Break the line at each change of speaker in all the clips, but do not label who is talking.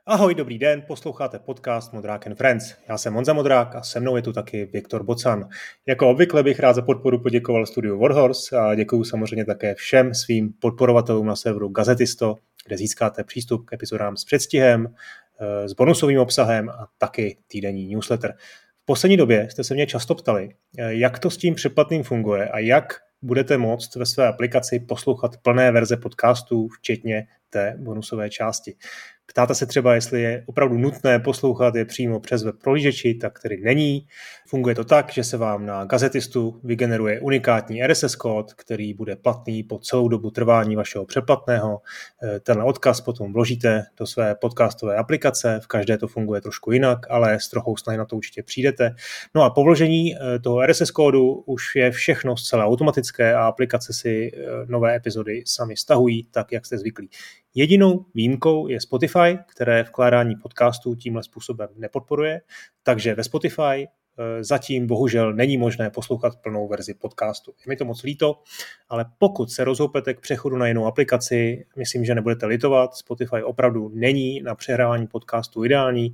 Ahoj, dobrý den, posloucháte podcast Modrák and Friends. Já jsem Honza Modrák a se mnou je tu taky Viktor Bocan. Jako obvykle bych rád za podporu poděkoval studiu Warhorse a děkuju samozřejmě také všem svým podporovatelům na serveru Gazetisto, kde získáte přístup k epizodám s předstihem, s bonusovým obsahem a taky týdenní newsletter. V poslední době jste se mě často ptali, jak to s tím předplatným funguje a jak budete moct ve své aplikaci poslouchat plné verze podcastů, včetně té bonusové části. Ptáte se třeba, jestli je opravdu nutné poslouchat je přímo přes web prohlížeči, tak tedy není. Funguje to tak, že se vám na Gazetistu vygeneruje unikátní RSS kód, který bude platný po celou dobu trvání vašeho předplatného. Tenhle odkaz potom vložíte do své podcastové aplikace, v každé to funguje trošku jinak, ale s trochou snahy na to určitě přijdete. No a po vložení toho RSS kódu už je všechno zcela automatické a aplikace si nové epizody sami stahují, tak jak jste zvyklí. Jedinou výjimkou je Spotify, které vkládání podcastů tímhle způsobem nepodporuje, takže ve Spotify zatím bohužel není možné poslouchat plnou verzi podcastu. Je mi to moc líto, ale pokud se rozhoupete k přechodu na jinou aplikaci, myslím, že nebudete litovat. Spotify opravdu není na přehrávání podcastů ideální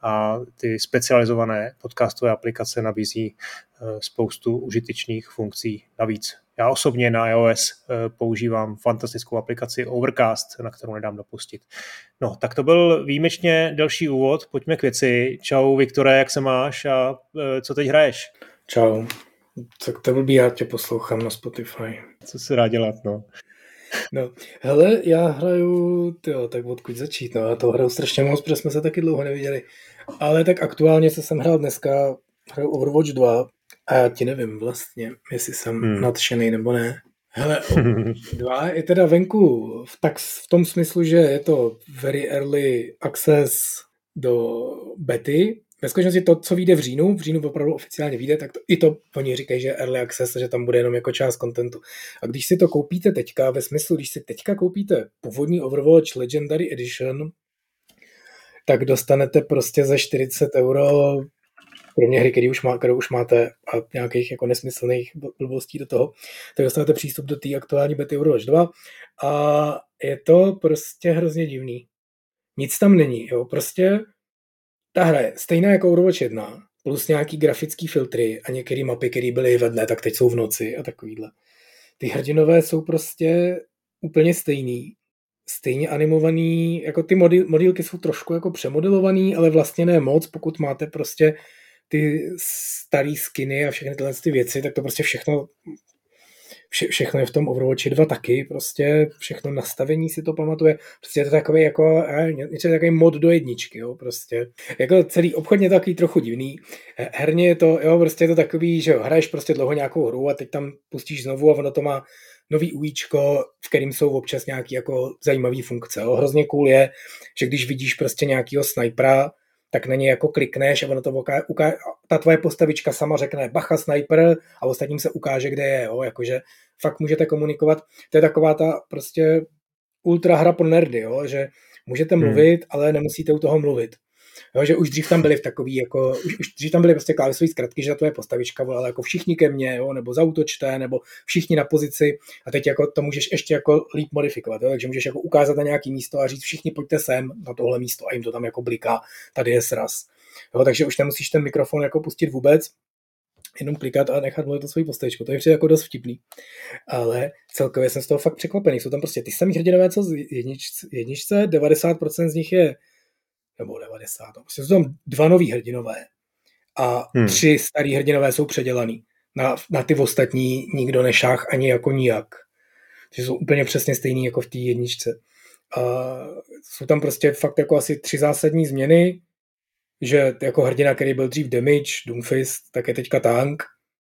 a ty specializované podcastové aplikace nabízí spoustu užitečných funkcí navíc. Já osobně na iOS používám fantastickou aplikaci Overcast, na kterou nedám dopustit. No, tak to byl výjimečně delší úvod. Pojďme k věci. Čau, Viktore, jak se máš a co teď hraješ?
Čau. Tak to blbý, já tě poslouchám na Spotify.
Co se dá dělat, no?
No, hele, já hraju, tak odkud začít, no, já to hraju strašně moc, protože jsme se taky dlouho neviděli. Ale tak aktuálně, co jsem hrál dneska, hraju Overwatch 2 a já ti nevím vlastně, jestli jsem nadšený nebo ne. Hele, 2 je teda venku v tom smyslu, že je to very early access do bety. Ve skutečnosti to, co vyjde v říjnu opravdu oficiálně vyjde, tak to oni říkají, že early access, že tam bude jenom jako část contentu. A když si to koupíte teďka, ve smyslu, když si teďka koupíte původní Overwatch Legendary Edition, tak dostanete prostě za 40 €, kromě hry, kterou už máte a nějakých jako nesmyslných blbostí do toho, tak dostanete přístup do té aktuální bety Overwatch 2 a je to prostě hrozně divný. Nic tam není, jo, prostě ta hra je stejná jako Overwatch 1, plus nějaký grafický filtry a některé mapy, které byly ve dne, tak teď jsou v noci a takovýhle. Ty hrdinové jsou prostě úplně stejně animovaný, jako ty modílky jsou trošku jako přemodelovaný, ale vlastně ne moc, pokud máte prostě ty starý skiny a všechny tyhle ty věci, tak to prostě všechno je v tom Overwatchi 2 taky, prostě všechno nastavení si to pamatuje, prostě je to takový jako takový mod do jedničky, jo, prostě. Jako celý obchodně takový trochu divný. Herně je to, jo, prostě je to takový, že jo, hraješ prostě dlouho nějakou hru a teď tam pustíš znovu a ono to má nový UIčko, v kterým jsou občas nějaký jako zajímavý funkce, jo. Hrozně cool je, že když vidíš prostě nějakýho snajpera, tak na něj jako klikneš a ono to ta tvoje postavička sama řekne bacha sniper a ostatním se ukáže, kde je, jo, jakože fakt můžete komunikovat. To je taková ta prostě ultra hra pro nerdy, jo, že můžete mluvit, ale nemusíte u toho mluvit. Jo, že už dřív tam byly v takový, jako, už dřív tam byly prostě klávesové zkratky, že ta tvoje postavička volala jako všichni ke mně, jo, nebo zaútočte, nebo všichni na pozici a teď jako to můžeš ještě jako líp modifikovat, jo, takže můžeš jako ukázat na nějaký místo a říct všichni pojďte sem na tohle místo a jim to tam jako bliká, tady je sraz. Jo, takže už nemusíš ten mikrofon jako pustit vůbec, jenom klikat a nechat mluvit o svoji postavičku. To je přijde jako dost vtipný. Ale celkově jsem z toho fakt překvapený. Jsou tam prostě ty samý hrdinové, co z jedničce, 90% z nich je nebo 90. Prostě jsou tam 2 nový hrdinové a 3 starý hrdinové jsou předělaný. Na ty ostatní nikdo nešáh ani jako nijak. Takže jsou úplně přesně stejný jako v té jedničce. A jsou tam prostě fakt jako asi 3 zásadní změny, že jako hrdina, který byl dřív damage, Doomfist, tak je teďka tank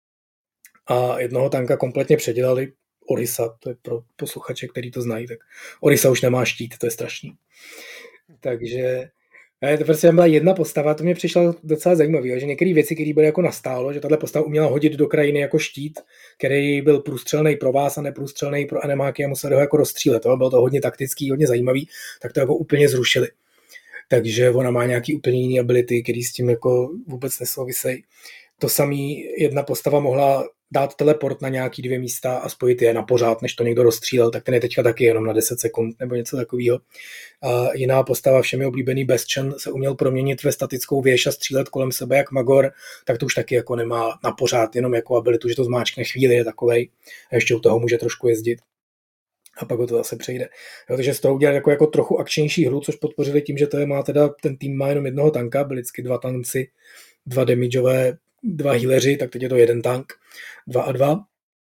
a jednoho tanka kompletně předělali. Orisa, to je pro posluchače, který to znají, tak Orisa už nemá štít, to je strašný. Takže to prostě byla jedna postava, to mě přišlo docela zajímavé, že některé věci, které byly jako nastálo, že tahle postava uměla hodit do krajiny jako štít, který byl průstřelný pro vás a neprůstřelný pro animáky a museli ho jako rozstřílet. Bylo to hodně taktický, hodně zajímavý, tak to jako úplně zrušili. Takže ona má nějaký úplně jiný ability, který s tím jako vůbec nesouvisejí. To samý jedna postava mohla dát teleport na nějaký 2 místa a spojit je na pořád, než to někdo rozstřílel, tak ten je teďka taky jenom na 10 sekund nebo něco takového. A jiná postava, všemi oblíbený Bastion, se uměl proměnit ve statickou věž a střílet kolem sebe jak Magor, tak to už taky jako nemá na pořád, jenom jako abilitu, že to zmáčkne chvíli, je takovej a ještě u toho může trošku jezdit. A pak ho to zase přejde. Jo, takže z toho udělali jako trochu akčnější hru, což podpořili tím, že to má teda, ten tým má jenom jednoho tanka, byli vždycky 2 tanci, 2 damageové, 2 healeři, tak teď je to 1 tank, 2 a 2.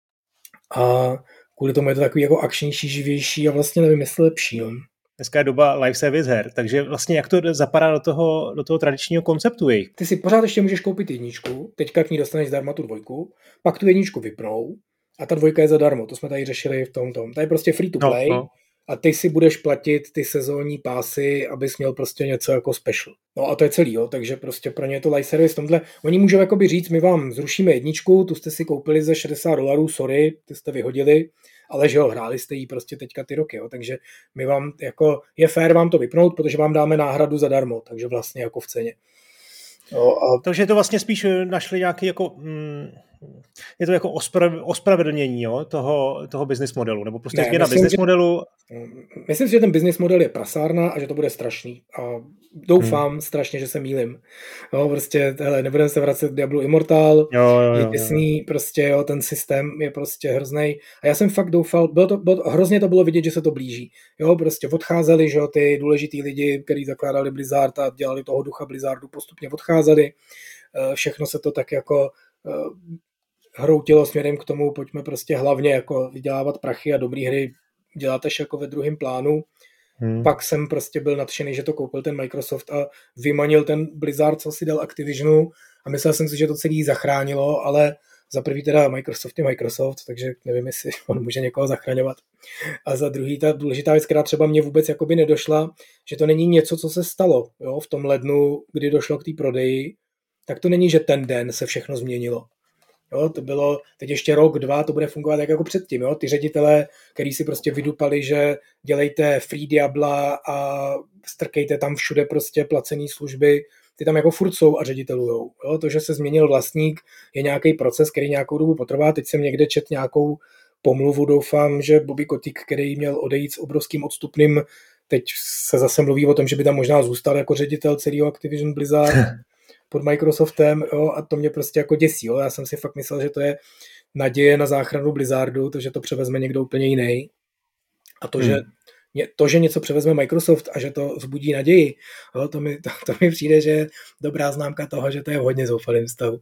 A kvůli tomu je to takový jako akčnější, živější a vlastně nevím, jestli lepší. No.
Dneska je doba live service her, takže vlastně jak to zapadá do toho tradičního konceptu jejich?
Ty si pořád ještě můžeš koupit 1, teďka k ní dostaneš zdarma tu 2, pak tu 1 vypnou a ta 2 je zadarmo, to jsme tady řešili v tom. To je prostě free to play a ty si budeš platit ty sezónní pásy, abys měl prostě něco jako special. No a to je celý, jo, takže prostě pro ně je to live service v tomhle. Oni můžou jakoby říct, my vám zrušíme 1, tu jste si koupili za $60, sorry, ty jste vyhodili, ale že jo, hráli jste jí prostě teďka ty roky, jo, takže my vám jako, je fér vám to vypnout, protože vám dáme náhradu zadarmo, takže vlastně jako v ceně.
No a... Takže to vlastně spíš našli nějaký jako, je to jako ospravedlnění, jo, toho business modelu, nebo prostě změna business modelu.
Myslím si, že ten business model je prasárna a že to bude strašný a doufám strašně, že se mýlim. Jo, prostě, hele, nebudeme se vracet k Diablo Immortal, je děsný, prostě, jo, ten systém je prostě hroznej a já jsem fakt doufal, hrozně to bylo vidět, že se to blíží. Jo, prostě odcházeli, že jo, ty důležitý lidi, kteří zakládali Blizzard a dělali toho ducha Blizzardu, postupně odcházeli. Všechno se to tak jako hroutilo směrem k tomu, pojďme prostě hlavně jako vydělávat prachy a dobrý hry dělat až jako ve druhém plánu. Pak jsem prostě byl nadšený, že to koupil ten Microsoft a vymanil ten Blizzard, co si dal Activisionu a myslel jsem si, že to celý zachránilo, ale za prvý teda Microsoft je Microsoft, takže nevím, jestli on může někoho zachraňovat. A za druhý ta důležitá věc, která třeba mě vůbec jakoby nedošla, že to není něco, co se stalo, jo, v tom lednu, kdy došlo k té prodeji, tak to není, že ten den se všechno změnilo. Jo, to bylo teď ještě rok, 2, to bude fungovat jako předtím. Jo? Ty ředitelé, kteří si prostě vydupali, že dělejte free Diabla a strkejte tam všude prostě placené služby, ty tam jako furt jsou a ředitelujou. Jo? To, že se změnil vlastník, je nějaký proces, který nějakou dobu potrvá. Teď jsem někde čet nějakou pomluvu, doufám, že Bobby Kotick, který měl odejít s obrovským odstupným, teď se zase mluví o tom, že by tam možná zůstal jako ředitel celého Activision Blizzard pod Microsoftem, jo, a to mě prostě jako děsí. Jo. Já jsem si fakt myslel, že to je naděje na záchranu Blizzardu, to, že to převezme někdo úplně jiný. A to, že něco převezme Microsoft a že to vzbudí naději, jo, to mi přijde, že je dobrá známka toho, že to je v hodně zoufalém stavu.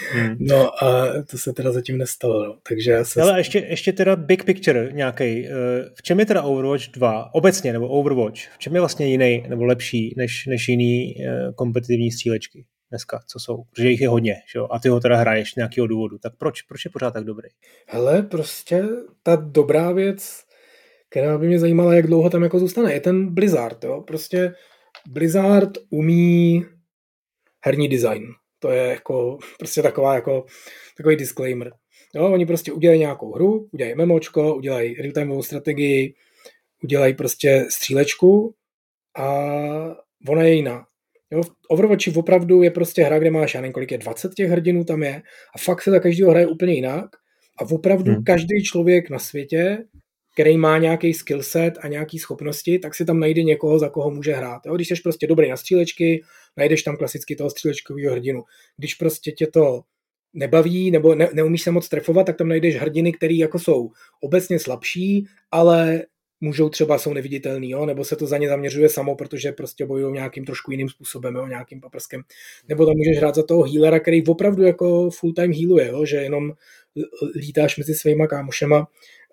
No a to se teda zatím nestalo. No. Takže já se...
Ale ještě teda big picture nějaký. V čem je teda Overwatch 2 obecně, nebo Overwatch, v čem je vlastně jiný nebo lepší než jiný kompetitivní střílečky dneska, co jsou? Protože jich je hodně, že jo? A ty ho teda hraješ z nějakého důvodu. Tak proč je pořád tak dobrý?
Hele, prostě ta dobrá věc, která by mě zajímala, jak dlouho tam jako zůstane, je ten Blizzard. Jo? Prostě Blizzard umí herní design. To je jako prostě takový disclaimer. Jo, oni prostě udělají nějakou hru, udělají memočko, udělají real-timeovou strategii, udělají prostě střílečku a ona je jiná. Jo, v Overwatchi opravdu je prostě hra, kde máš, já nevím, kolik je, 20 těch hrdinů tam je a fakt se za každého hraje úplně jinak a opravdu každý člověk na světě, který má nějaký skillset a nějaký schopnosti, tak si tam najde někoho, za koho může hrát. Jo? Když jsi prostě dobrý na střílečky, najdeš tam klasicky toho střílečkového hrdinu. Když prostě tě to nebaví nebo neumíš se moc trefovat, tak tam najdeš hrdiny, který jako jsou obecně slabší, ale jsou neviditelný, jo? Nebo se to za ně zaměřuje samo, protože prostě bojují nějakým trošku jiným způsobem, jo? Nějakým paprskem. Nebo tam můžeš hrát za toho healera, který opravdu jako full time healuje, jo? Že jenom lítáš mezi svýma kámošema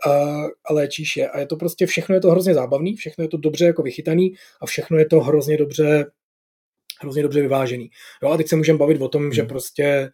a léčíš je. A je to prostě, všechno je to hrozně zábavný, všechno je to dobře jako vychytaný a všechno je to hrozně dobře vyvážený. Jo, a teď se můžeme bavit o tom, že prostě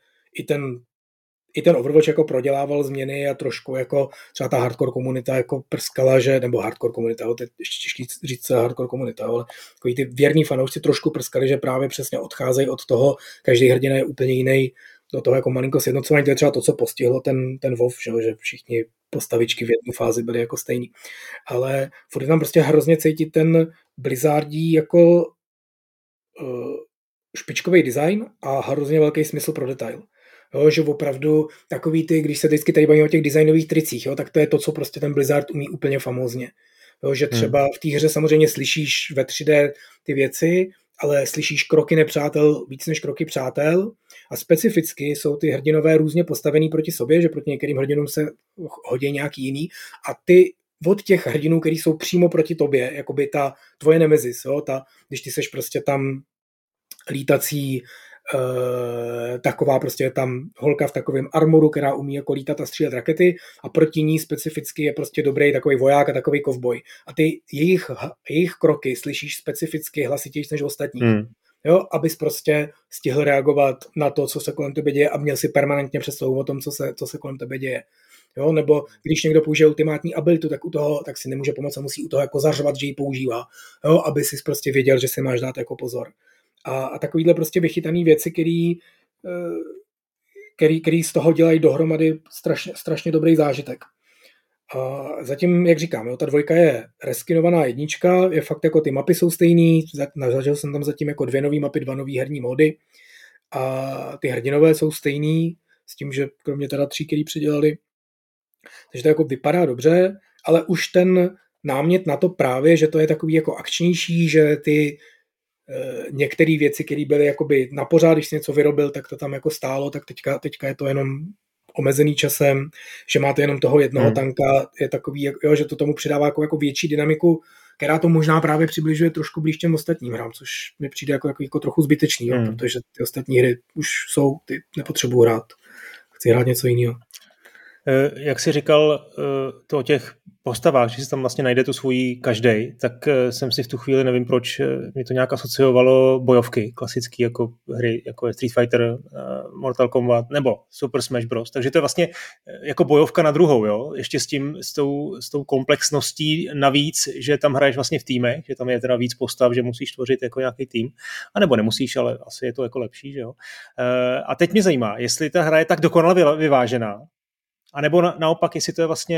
i ten Overwatch jako prodělával změny a trošku jako třeba ta hardcore komunita jako prskala, nebo hardcore komunita, to je ještě těžký říct hardcore komunita, ale takový ty věrní fanoušci trošku prskali, že právě přesně odcházejí od toho, každý hrdina je úplně jiný, do toho jako malinko sjednocování, to je třeba to, co postihlo ten WoW, že všichni postavičky v jedné fázi byly jako stejný. Ale furt je tam prostě hrozně cítit ten Blizzardí jako špičkový design a hrozně velký smysl pro detail. Jo, že opravdu takový ty, když se vždycky tady bavíme o těch designových tricích, jo, tak to je to, co prostě ten Blizzard umí úplně famózně. Jo, že třeba v té hře samozřejmě slyšíš ve 3D ty věci, ale slyšíš kroky nepřátel víc než kroky přátel a specificky jsou ty hrdinové různě postavený proti sobě, že proti některým hrdinům se hodí nějaký jiný a ty od těch hrdinů, kteří jsou přímo proti tobě, jakoby ta tvoje nemezis, jo, když ty seš prostě tam lítací taková prostě tam holka v takovém armoru, která umí jako lítat a střílet rakety a proti ní specificky je prostě dobrý takový voják a takový kovboj. A ty jejich kroky slyšíš specificky hlasitější než ostatní. Jo, abys prostě stihl reagovat na to, co se kolem tebe děje a měl si permanentně představu o tom, co se kolem tebe děje. Jo, nebo když někdo použije ultimátní abilitu, tak u toho tak si nemůže pomoct a musí u toho jako zařvat, že ji používá, jo, aby si prostě věděl, že si máš dát jako pozor. A takovýhle prostě vychytaný věci, který z toho dělají dohromady strašně dobrý zážitek. A zatím, jak říkám, jo, ta 2 je reskinovaná 1, je fakt jako ty mapy jsou stejný, zažil jsem tam zatím jako 2 nové mapy, 2 nové herní módy a ty hrdinové jsou stejný, s tím, že kromě teda 3, který přidělali, takže to jako vypadá dobře, ale už ten námět na to právě, že to je takový jako akčnější, že ty některé věci, které byly jakoby na pořád, když jsi něco vyrobil, tak to tam jako stálo, tak teďka je to jenom omezený časem, že máte jenom toho jednoho tanka, je takový, jo, že to tomu přidává jako větší dynamiku, která to možná právě přibližuje trošku blíž těm ostatním hrám, což mi přijde jako trochu zbytečný, jo, protože ty ostatní hry už jsou, ty nepotřebuji hrát. Chci hrát něco jiného.
Jak jsi říkal to o těch postavách, že si tam vlastně najde tu svoji každej, tak jsem si v tu chvíli, nevím proč, mi to nějak asociovalo bojovky, klasický jako hry, jako je Street Fighter, Mortal Kombat nebo Super Smash Bros. Takže to je vlastně jako bojovka na druhou, jo? Ještě s tou komplexností navíc, že tam hraješ vlastně v týmech, že tam je teda víc postav, že musíš tvořit jako nějaký tým, anebo nemusíš, ale asi je to jako lepší, že jo? A teď mě zajímá, jestli ta hra je tak dokonale vyvážená, a nebo naopak, jestli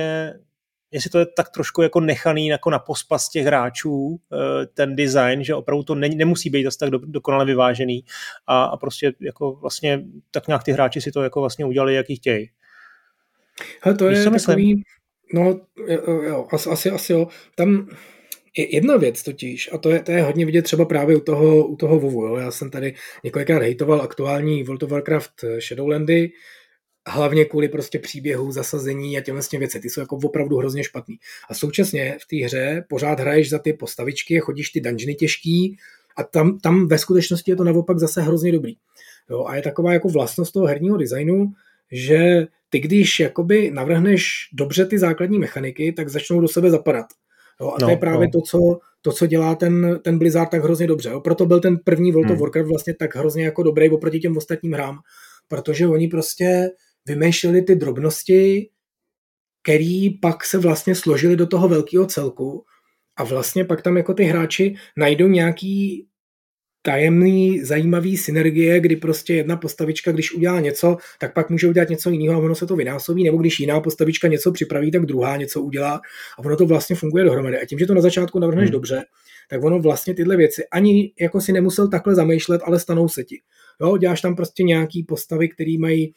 to je tak trošku jako nechaný jako na pospas těch hráčů, ten design, že opravdu to nemusí být zase tak dokonale vyvážený a prostě jako vlastně tak nějak ty hráči si to jako vlastně udělali, jaký chtějí.
Hele, to je takový, no jo, asi jo. Tam je jedna věc totiž, a to je hodně vidět třeba právě u toho WoWu, jo. Já jsem tady několikrát hejtoval aktuální World of Warcraft Shadowlandy, hlavně kvůli prostě příběhu, zasazení a těm vlastně věci. Ty jsou jako opravdu hrozně špatný. A současně v té hře pořád hraješ za ty postavičky, chodíš ty dungeony těžký a tam ve skutečnosti je to naopak zase hrozně dobrý. Jo, a je taková jako vlastnost toho herního designu, že ty když jakoby navrhneš dobře ty základní mechaniky, tak začnou do sebe zapadat. Jo, a to je právě to, co dělá ten Blizzard tak hrozně dobře. Jo. Proto byl ten první World of Warcraft vlastně tak hrozně jako dobrý oproti těm ostatním hrám, protože oni prostě vymýšleli ty drobnosti, který pak se vlastně složili do toho velkého celku a vlastně pak tam jako ty hráči najdou nějaký tajemný, zajímavý synergie, kdy prostě jedna postavička, když udělá něco, tak pak může udělat něco jiného a ono se to vynásobí, nebo když jiná postavička něco připraví, tak druhá něco udělá a ono to vlastně funguje dohromady. A tím, že to na začátku navrhneš dobře, tak ono vlastně tyhle věci ani jako si nemusel takhle zamýšlet, ale stanou se ti. Jo, děláš tam prostě nějaký postavy, který mají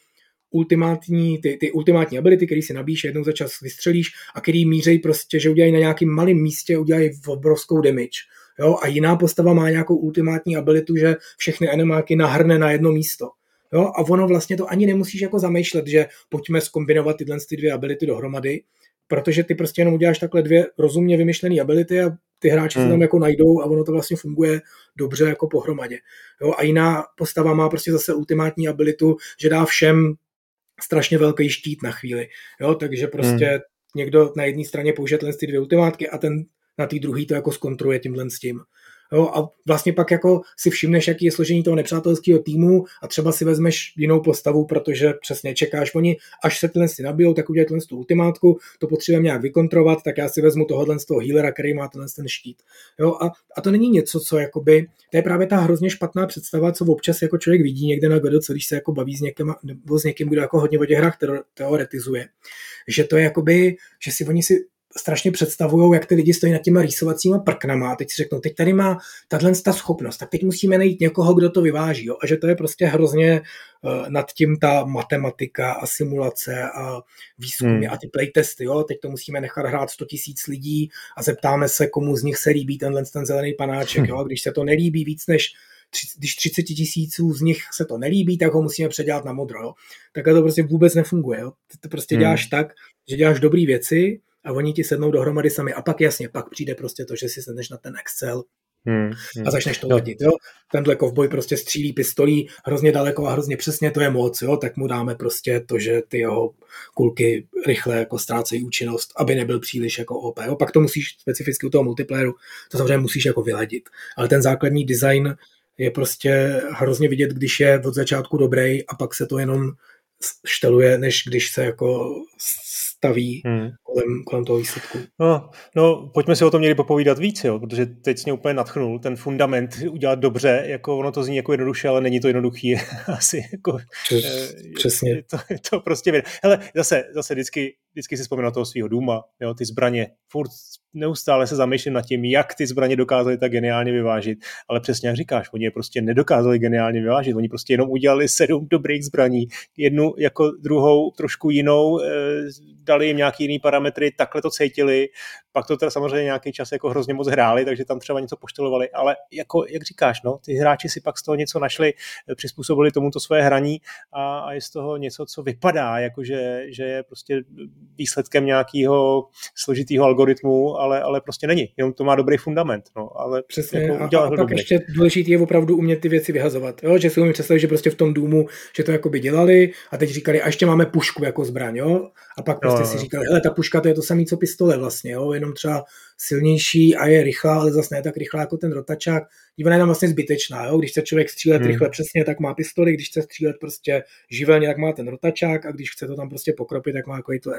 ty ultimátní ability, který si nabíjíš, jednou za čas vystřelíš a který mířejí prostě, že udělají na nějakém malém místě, udělají obrovskou damage. Jo? A jiná postava má nějakou ultimátní abilitu, že všechny enemáky nahrne na jedno místo. Jo? A ono vlastně to ani nemusíš jako zamýšlet, že pojďme zkombinovat ty 2 ability dohromady, protože ty prostě jenom uděláš takhle 2 rozumně vymyšlené ability a ty hráči se tam jako najdou a ono to vlastně funguje dobře jako pohromadě. Jo? A jiná postava má prostě zase ultimátní abilitu, že dá všem strašně velký štít na chvíli. Jo? Takže prostě někdo na jedné straně použije ty 2 ultimátky a ten na té druhé to jako zkontruje tímhle s tím. Jo, a vlastně pak jako si všimneš, jaký je složení toho nepřátelského týmu a třeba si vezmeš jinou postavu, protože přesně čekáš oni, až se tyhle si nabijou, tak udělají tu ultimátku, to potřebujeme nějak vykontrovat, tak já si vezmu tohohle z toho healera, který má ten štít. Jo, a to není něco, co jakoby, to je právě ta hrozně špatná představa, co občas jako člověk vidí někde na GDC, když se jako baví s někým, nebo s někým, kdo jako hodně o těch hrách teoretizuje. Že to je jakoby, že si oni si strašně představují, jak ty lidi stojí nad těma rýsovacíma prknama a teď si řeknou, teď tady má ta schopnost, tak teď musíme najít někoho, kdo to vyváží. Jo? A že to je prostě hrozně nad tím ta matematika a simulace a výzkumy a ty playtesty. Jo? Teď to musíme nechat hrát 100 000 lidí a zeptáme se, komu z nich se líbí ten zelený panáček. Jo? Když se to nelíbí víc než když 30 000 z nich se to nelíbí, tak ho musíme předělat na modro. Jo? Takhle to prostě vůbec nefunguje. Jo? Ty to prostě děláš tak, že děláš dobré věci a oni ti sednou dohromady sami. A pak jasně, pak přijde prostě to, že si sedneš na ten Excel a začneš to ladit. Jo? Tenhle kovboj prostě střílí pistolí hrozně daleko a hrozně přesně, to je moc, jo? Tak mu dáme prostě to, že ty jeho kulky rychle jako ztrácejí účinnost, aby nebyl příliš jako OP. Jo? Pak to musíš specificky u toho multiplayeru, to samozřejmě musíš jako vyladit. Ale ten základní design je prostě hrozně vidět, když je od začátku dobrý a pak se to jenom šteluje, než když se jako staví kolem toho výsledku.
No, pojďme si o tom měli popovídat víc, jo, protože teď jsi mě úplně nadchnul, ten fundament udělat dobře, jako ono to zní jako jednoduše, ale není to jednoduchý, asi jako...
Přesně.
Je to prostě vědět. Hele, zase vždycky si vzpomínám toho svého důma, jo, ty zbraně, furt neustále se zamýšlím nad tím, jak ty zbraně dokázali tak geniálně vyvážit, ale přesně jak říkáš, oni je prostě nedokázali geniálně vyvážit, oni prostě jenom udělali 7 dobrých zbraní, jednu jako druhou trošku jinou, dali jim nějaký jiný parametry, takhle to cítili, pak to teda samozřejmě nějaký čas jako hrozně moc hráli, takže tam třeba něco poštelovali, ale jako, jak říkáš, no, ty hráči si pak z toho něco našli, přizpůsobili tomuto svoje hraní a je z toho něco, co vypadá, jakože že je prostě výsledkem nějakého složitého algoritmu, ale prostě není, jenom to má dobrý fundament. No, ale
přesně, jako a pak ještě důležitý je opravdu umět ty věci vyhazovat, jo? Že si umím představit, že prostě v tom důmu, že to jakoby dělali a teď říkali, a ještě máme pušku jako zbraň, jo? A pak prostě si říkali, hele, ta puška to je to samé, co pistole vlastně, jo? Jenom třeba silnější a je rychlá, ale zase ne tak rychlá jako ten rotačák. Ona je tam vlastně zbytečná, jo? Když chce člověk střílet rychle přesně, tak má pistoli, když chce střílet prostě živelně, tak má ten rotačák a když chce to tam prostě pokropit, tak má jako to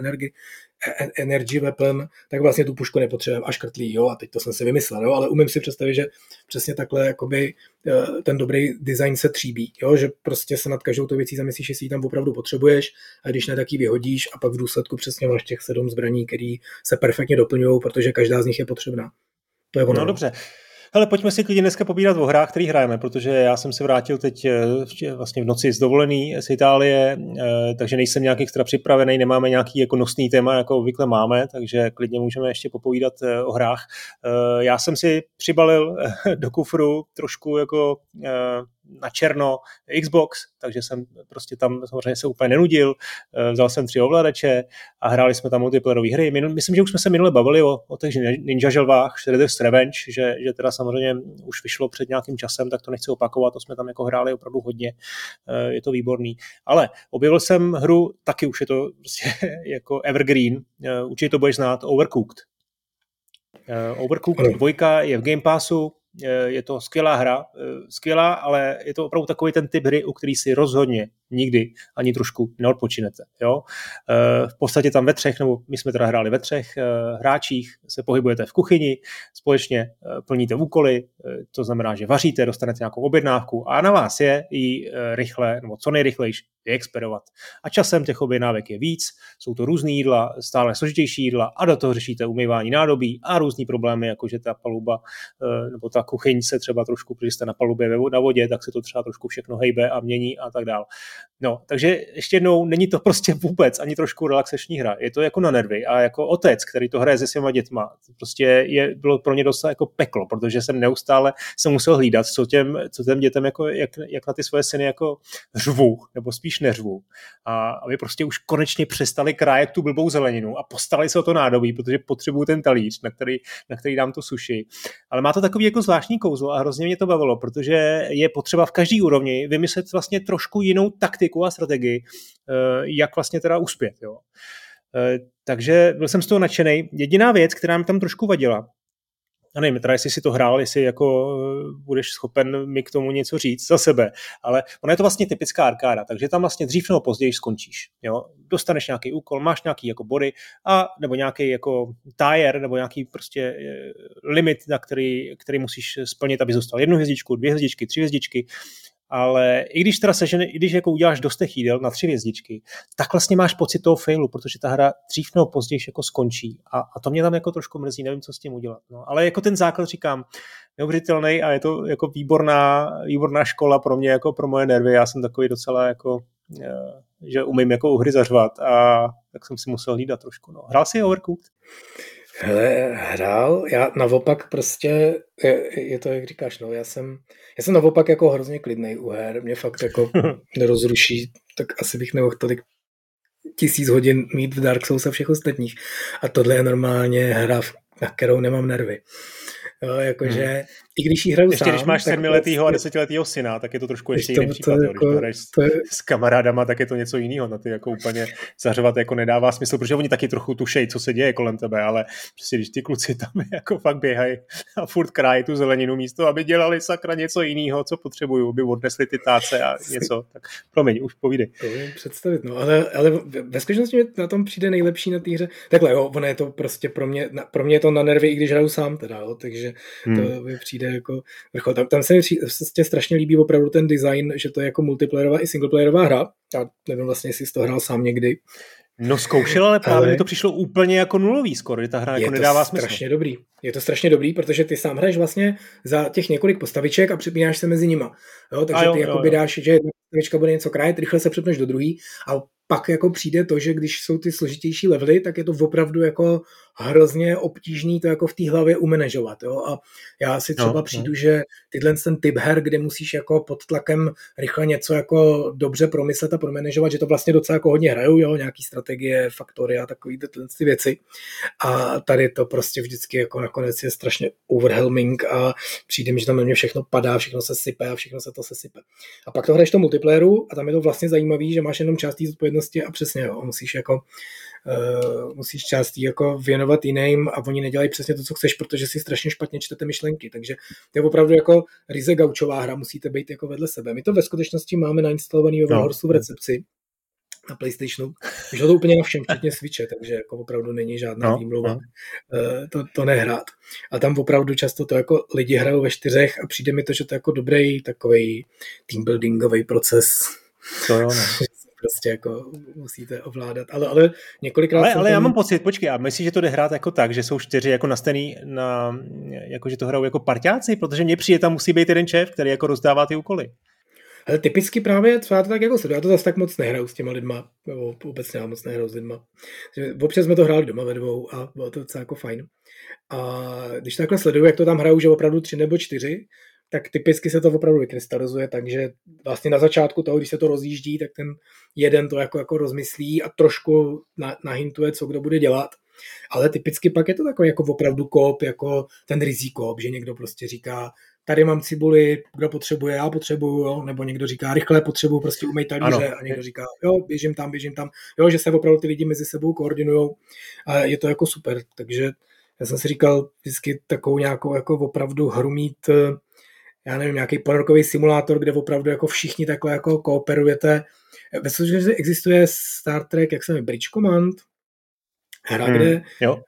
energy weapon, tak vlastně tu pušku nepotřebujeme a škrtlí, jo? A teď to jsem si vymyslel, jo? Ale umím si představit, že přesně takhle jakoby ten dobrý design se tříbí, jo? Že prostě se nad každou tou věcí zamyslíš, jestli ji tam opravdu potřebuješ a když ne, tak ji vyhodíš a pak v důsledku přesně máš těch 7 zbraní, které se perfektně doplňují, protože každá z nich je potřebná. To je ono.
No dobře. Hele, pojďme si klidně dneska povídat o hrách, které hrajeme, protože já jsem se vrátil teď vlastně v noci z dovolený z Itálie, takže nejsem nějak extra připravený, nemáme nějaký jako nosný téma, jako obvykle máme, takže klidně můžeme ještě popovídat o hrách. Já jsem si přibalil do kufru trošku jako na černo Xbox, takže jsem prostě tam samozřejmě se úplně nenudil, vzal jsem 3 ovladače a hráli jsme tam multiplayerové hry. Myslím, že už jsme se minule bavili o těch Ninja želvách, Shredder's Revenge, že teda samozřejmě už vyšlo před nějakým časem, tak to nechci opakovat, to jsme tam jako hráli opravdu hodně, je to výborný. Ale objevil jsem hru, taky už je to prostě jako evergreen, určitě to budeš znát, Overcooked. Overcooked 2 je v Game Passu, je to skvělá hra, ale je to opravdu takový ten typ hry, u který si rozhodně nikdy ani trošku neodpočinete. Jo? V podstatě tam ve 3, nebo my jsme teda hráli ve 3 hráčích, se pohybujete v kuchyni, společně plníte úkoly, to znamená, že vaříte, dostanete nějakou objednávku a na vás je ji rychle, nebo co nejrychlejší vyexpedovat. A časem těch objednávek je víc, jsou to různý jídla, stále složitější jídla a do toho řešíte umývání nádobí a různý problémy, jako že ta paluba nebo ta kuchyň se třeba trošku, když jste na palubě na vodě, tak se to třeba trošku všechno hejbe a mění a tak dál. No, takže ještě jednou, není to prostě vůbec ani trošku relaxační hra. Je to jako na nervy a jako otec, který to hraje se svýma dětma, prostě bylo pro ně dost jako peklo, protože jsem neustále musel hlídat, co těm dětem jako, jak na ty svoje syny jako řvu, nebo spíš neřvu. A aby prostě už konečně přestali krájet tu blbou zeleninu a postali se o to nádobí, protože potřebuju ten talíř, na který dám to sushi. Ale má to takový jako zvláštní kouzlo a hrozně mě to bavilo, protože je potřeba v každý úrovni vymyslet vlastně trošku jinou taktiku a strategii, jak vlastně teda uspět. Jo. Takže byl jsem z toho nadšenej. Jediná věc, která mi tam trošku vadila, a nevím, teda jestli si to hrál, jestli jako budeš schopen mi k tomu něco říct za sebe, ale ona je to vlastně typická arkáda, takže tam vlastně dřív nebo později skončíš. Jo? Dostaneš nějaký úkol, máš nějaký jako body a nebo nějaký jako tier, nebo nějaký prostě limit, na který musíš splnit, aby dostal 1 hvězdičku, 2 hvězdičky, 3 hvězdičky ale i když teda i když jako uděláš dost těch jídel na 3 hvězdičky, tak vlastně máš pocit toho failu, protože ta hra dřív nebo později jako skončí a to mě tam jako trošku mrzí, nevím, co s tím udělat. No, ale jako ten základ říkám, neuvěřitelný a je to jako výborná škola pro mě, jako pro moje nervy. Já jsem takový docela jako, že umím jako u hry zařvat a tak jsem si musel hlídat trošku. No. Hrál jsi Overcooked?
Hele, hrál, já naopak prostě, je to, jak říkáš, no, já jsem naopak jako hrozně klidnej u her, mě fakt jako nerozruší, tak asi bych nemohl tolik 1000 hodin mít v Dark Souls a všech ostatních. A tohle je normálně hra, na kterou nemám nervy. Jo, jakože, i když jí hraju
ještě
sám...
když máš 7letýho a 10letýho syna, tak je to trošku ještě jiný případ. Když to hraješ s kamarádama, tak je to něco jiného. Na ty jako úplně zařvat jako nedává smysl, protože oni taky trochu tušejí, co se děje kolem tebe, ale prostě když ty kluci tam jako fakt běhají a furt krájí tu zeleninu místo, aby dělali sakra něco jiného, co potřebují, aby odnesli ty táce a něco. Tak promiň, už povídej.
To vím představit, no, ale ve skutečnosti mě na tom přijde nejlepší na té hře. Takhle, jo, ono je to prostě pro mě je to na nervy, i když hraju sám teda, jo, takže to mi přijde jako vrchol. Tam se mi strašně líbí opravdu ten design, že to je jako multiplayerová i singleplayerová hra. Já nevím vlastně, jestli jsi to hrál sám někdy.
No zkoušel, ale právě mi to přišlo úplně jako nulový skoro, že ta hra jako nedává smysl.
Je to strašně dobrý, protože ty sám hraješ vlastně za těch několik postaviček a přepínáš se mezi nima. Jo, takže ty jakoby dáš, že jedna postavička bude něco krájet, rychle se přepneš do druhý a pak jako přijde to, že když jsou ty složitější levely, tak je to opravdu jako hrozně obtížný to jako v té hlavě umanežovat. Jo? A já si třeba přijdu, že ten typ her, kde musíš jako pod tlakem rychle něco jako dobře promyslet a promanežovat, že to vlastně docela jako hodně hrajou, jo? Nějaký strategie, faktory a takový ty věci. A tady to prostě vždycky jako nakonec je strašně overwhelming a přijde mi, že tam na mě všechno padá, všechno se sype a všechno se to sesype. A pak to hraješ v tom multiplayeru a tam je to vlastně zajímavý, že máš jenom část té zodpovědnosti a přesně jo, musíš část jako věnovat jiným a oni nedělají přesně to, co chceš, protože si strašně špatně čtete myšlenky, takže to je opravdu jako ryze gaučová hra, musíte být jako vedle sebe. My to ve skutečnosti máme nainstalovaný ve Warhorsu v recepci na PlayStationu, už to úplně na všem, včetně Switche, takže jako opravdu není žádná výmluva to nehrát. A tam opravdu často to jako lidi hrajou ve 4 a přijde mi to, že to je jako dobrý takovej teambuildingový proces.
To jo, ne.
Prostě jako musíte ovládat, ale několikrát...
Ale já mám pocit, počkej, a myslíš, že to jde hrát jako tak, že jsou 4 jako nastavený jako že to hrajou jako parťáci, protože mně přijde, tam musí být jeden šéf, který jako rozdává ty úkoly.
Ale typicky právě, co já to tak jako sleduju, já to zase tak moc nehraju s těma lidma, nebo obecně já moc nehraju s lidma. Občas jsme to hráli doma ve 2 a bylo to docela jako fajn. A když takhle sleduju, jak to tam hrajou, že opravdu 3 nebo 4, tak typicky se to opravdu vykrystalizuje, takže vlastně na začátku toho, když se to rozjíždí, tak ten jeden to jako rozmyslí a trošku nahintuje, co kdo bude dělat. Ale typicky pak je to takový jako opravdu kop, jako ten rizí kop, že někdo prostě říká, tady mám cibuli, kdo potřebuje, já potřebuju, jo? Nebo někdo říká, rychle potřebuju, prostě umej talíře a někdo říká, jo, běžím tam, jo, že se opravdu ty lidi mezi sebou koordinujou a je to jako super, takže já jsem si říkal vždycky takovou nějakou jako opravdu hru mít, já nevím, nějaký ponorkový simulátor, kde opravdu jako všichni takhle jako kooperujete. Ve skutečnosti existuje Star Trek, jak se jmenuje, Bridge Command, hra, kde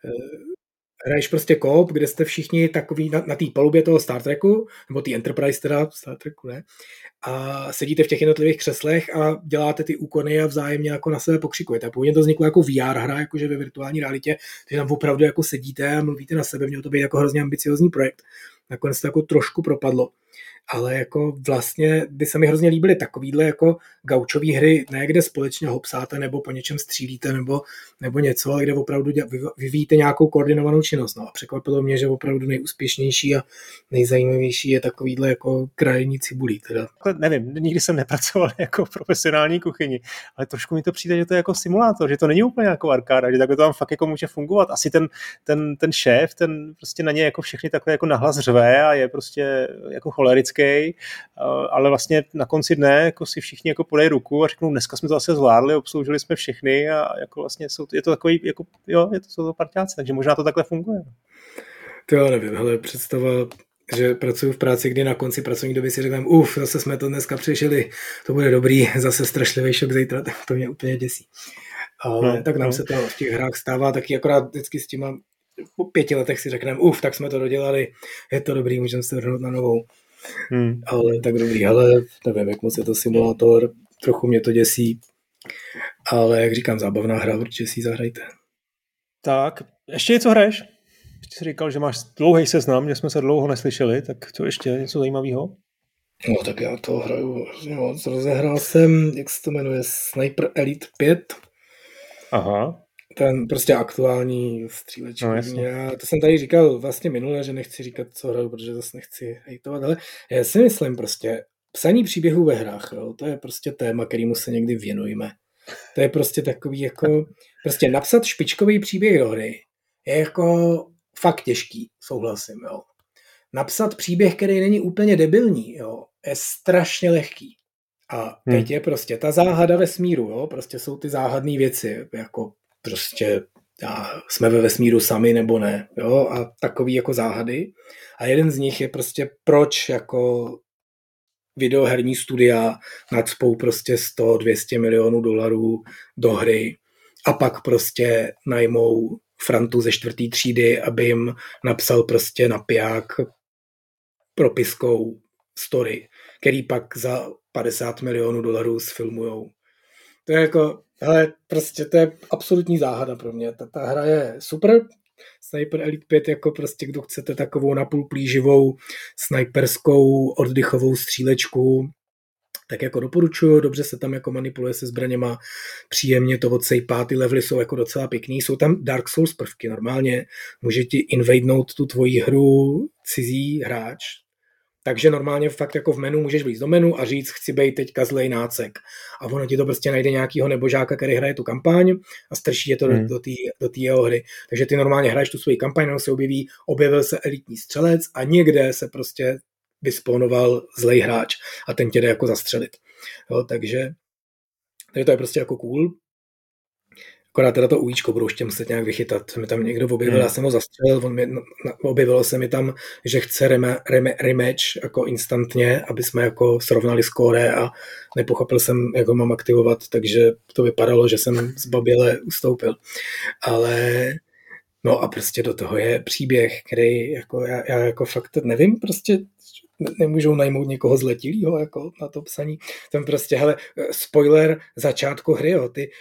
hraješ prostě koop, kde jste všichni takový na té palubě toho Star Treku, nebo té Enterprise teda, Star Treku, ne? A sedíte v těch jednotlivých křeslech a děláte ty úkony a vzájemně jako na sebe pokřikujete. Původně to vzniklo jako VR hra, jakože ve virtuální realitě, takže tam opravdu jako sedíte a mluvíte na sebe, mělo to být jako hrozně ambiciozní projekt. Nakonec to jako trošku propadlo. Ale jako vlastně by se mi hrozně líbily takovýhle jako gaučový hry, ne kde společně hopsáte nebo po něčem střílíte nebo něco, ale kde opravdu vyvíjíte nějakou koordinovanou činnost. No a překvapilo mě, že opravdu nejúspěšnější a nejzajímavější je takovýhle jako krajní cibulí. Teda.
Nevím, nikdy jsem nepracoval jako v profesionální kuchyni, ale trošku mi to přijde, že to je jako simulátor, že to není úplně jako arkáda, že takhle to tam fakt jako může fungovat. Asi ten šéf, ten prostě na ně jako všechny takhle jako nahlas řve a je prostě jako cholerický, ale vlastně na konci dne jako si všichni jako podají ruku a řeknou, dneska jsme to zase zvládli, obsloužili jsme všechny a jako vlastně je to takový, jako, jo, jsou to parťáci, takže možná to takhle funguje.
To já nevím, hele, představa, že pracuji v práci, kdy na konci pracovní doby si řekneme, zase jsme to dneska přešili, to bude dobrý, zase strašlivý šok zítra, tak to mě úplně děsí. Ale tak nám se to v těch hrách stává taky akorát vždycky s těma po 5 letech si řekneme, tak jsme to dodělali, je to dobrý, můžeme se vrhnout na novou. Ale tak dobrý, ale nevím, jak moc je to simulátor, trochu mě to děsí, ale jak říkám, zábavná hra, určitě si ji zahrajte.
Tak, ještě něco hraješ? Ještě jsi říkal, že máš dlouhý seznam, že jsme se dlouho neslyšeli, tak co ještě, něco zajímavého?
No tak já to hraju moc. Rozehrál jsem, jak se to jmenuje, Sniper Elite 5.
Aha.
Ten prostě aktuální střílečky. No, to jsem tady říkal vlastně minule, že nechci říkat, co hraju, protože zase nechci hejtovat, ale já si myslím prostě, psaní příběhů ve hrách, jo, to je prostě téma, kterému se někdy věnujeme. To je prostě takový jako, prostě napsat špičkový příběh do hry je jako fakt těžký, souhlasím, jo. Napsat příběh, který není úplně debilní, jo, je strašně lehký. A teď je prostě ta záhada vesmíru, jo, prostě jsou ty záhadné věci, jako prostě jsme ve vesmíru sami nebo ne, jo, a takový jako záhady. A jeden z nich je prostě proč jako videoherní studia nacpou prostě 100-200 milionů dolarů do hry a pak prostě najmou Frantu ze 4. třídy, aby jim napsal prostě na piják propiskou story, který pak za 50 milionů dolarů sfilmujou. To je jako, hele, prostě to je absolutní záhada pro mě. Ta hra je super. Sniper Elite 5 jako prostě, kdo chcete takovou napůl plíživou sniperskou oddychovou střílečku, tak jako doporučuju, dobře se tam jako manipuluje se zbraněma, příjemně to odsejpá, ty levely jsou jako docela pěkný, jsou tam Dark Souls prvky, normálně může ti invadenout tu tvoji hru cizí hráč, takže normálně fakt jako v menu můžeš vlízt do menu a říct, chci být teďka zlej nácek. A ono ti to prostě najde nějakýho nebožáka, který hraje tu kampaň a strčí je to do té jeho hry. Takže ty normálně hraješ tu svoji kampaň, se objeví, objevil se elitní střelec a někde se prostě vyspawnoval zlej hráč a ten tě jde jako zastřelit. Jo, takže to je prostě jako cool. Akorát teda to ujíčko budou ještě muset nějak vychytat. Mi tam někdo objevil, já jsem ho zastřelil, objevilo se mi tam, že chce rematch jako instantně, aby jsme jako srovnali skóre a nepochopil jsem, jak ho mám aktivovat, takže to vypadalo, že jsem zbaběle ustoupil. Ale no a prostě do toho je příběh, který jako já jako fakt nevím, prostě nemůžou najmout někoho zletilýho jako na to psaní. Tam prostě, hele, spoiler začátku hry, jo, ty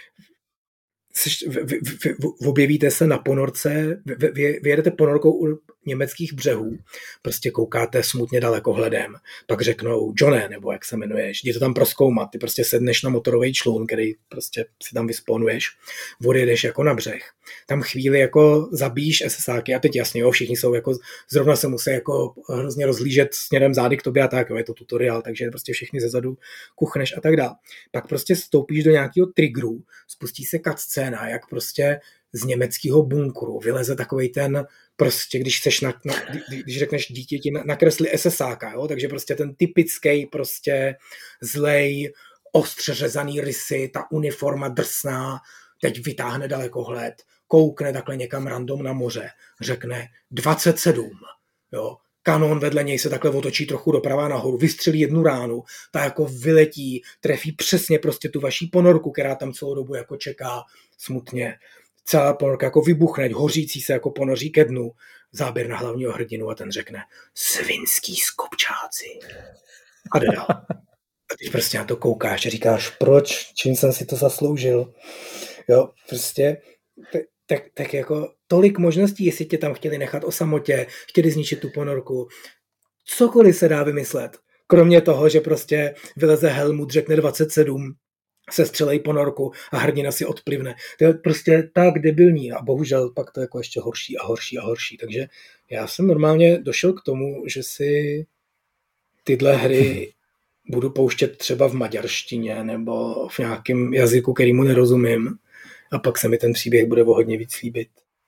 objevíte se na ponorce, vyjedete ponorkou u německých břehů, prostě koukáte smutně dalekohledem, pak řeknou Johne, nebo jak se jmenuješ, jdi to tam prozkoumat, ty prostě sedneš na motorový člun, který prostě si tam vysponuješ, odjedeš jako na břeh, tam chvíli jako zabíjíš SSáky a teď jasně, jo, všichni jsou jako, zrovna se musí jako hrozně rozlížet směrem zády k tobě a tak, jo, je to tutoriál, takže prostě všichni zezadu kuchneš a tak dále. Pak prostě vstoupíš do nějakého triggeru, spustí se cutscéna, jak prostě z německého bunkru vyleze takovej ten prostě, když chceš když řekneš dítěti nakresli SSáka, jo? Takže prostě ten typický prostě zlej, ostře řezaný rysy, ta uniforma drsná, teď vytáhne dalekohled, koukne takhle někam random na moře, řekne 27, jo? Kanon vedle něj se takhle otočí trochu doprava nahoru, vystřelí jednu ránu, ta jako vyletí, trefí přesně prostě tu vaší ponorku, která tam celou dobu jako čeká smutně. Celá ponorka jako vybuchne, hořící se jako ponoří ke dnu, záběr na hlavního hrdinu a ten řekne svinský skopčáci. A jde dál. A teď prostě na to koukáš a říkáš, proč, čím jsem si to zasloužil. Jo, prostě tak jako tolik možností, jestli tě tam chtěli nechat o samotě, chtěli zničit tu ponorku, cokoliv se dá vymyslet. Kromě toho, že prostě vyleze Helmut, řekne 27, se střelej ponorku a hrdina si odplivne. To je prostě tak debilní a bohužel pak to je jako ještě horší a horší a horší. Takže já jsem normálně došel k tomu, že si tyhle hry budu pouštět třeba v maďarštině nebo v nějakém jazyku, kterýmu nerozumím a pak se mi ten příběh bude o hodně víc líbit.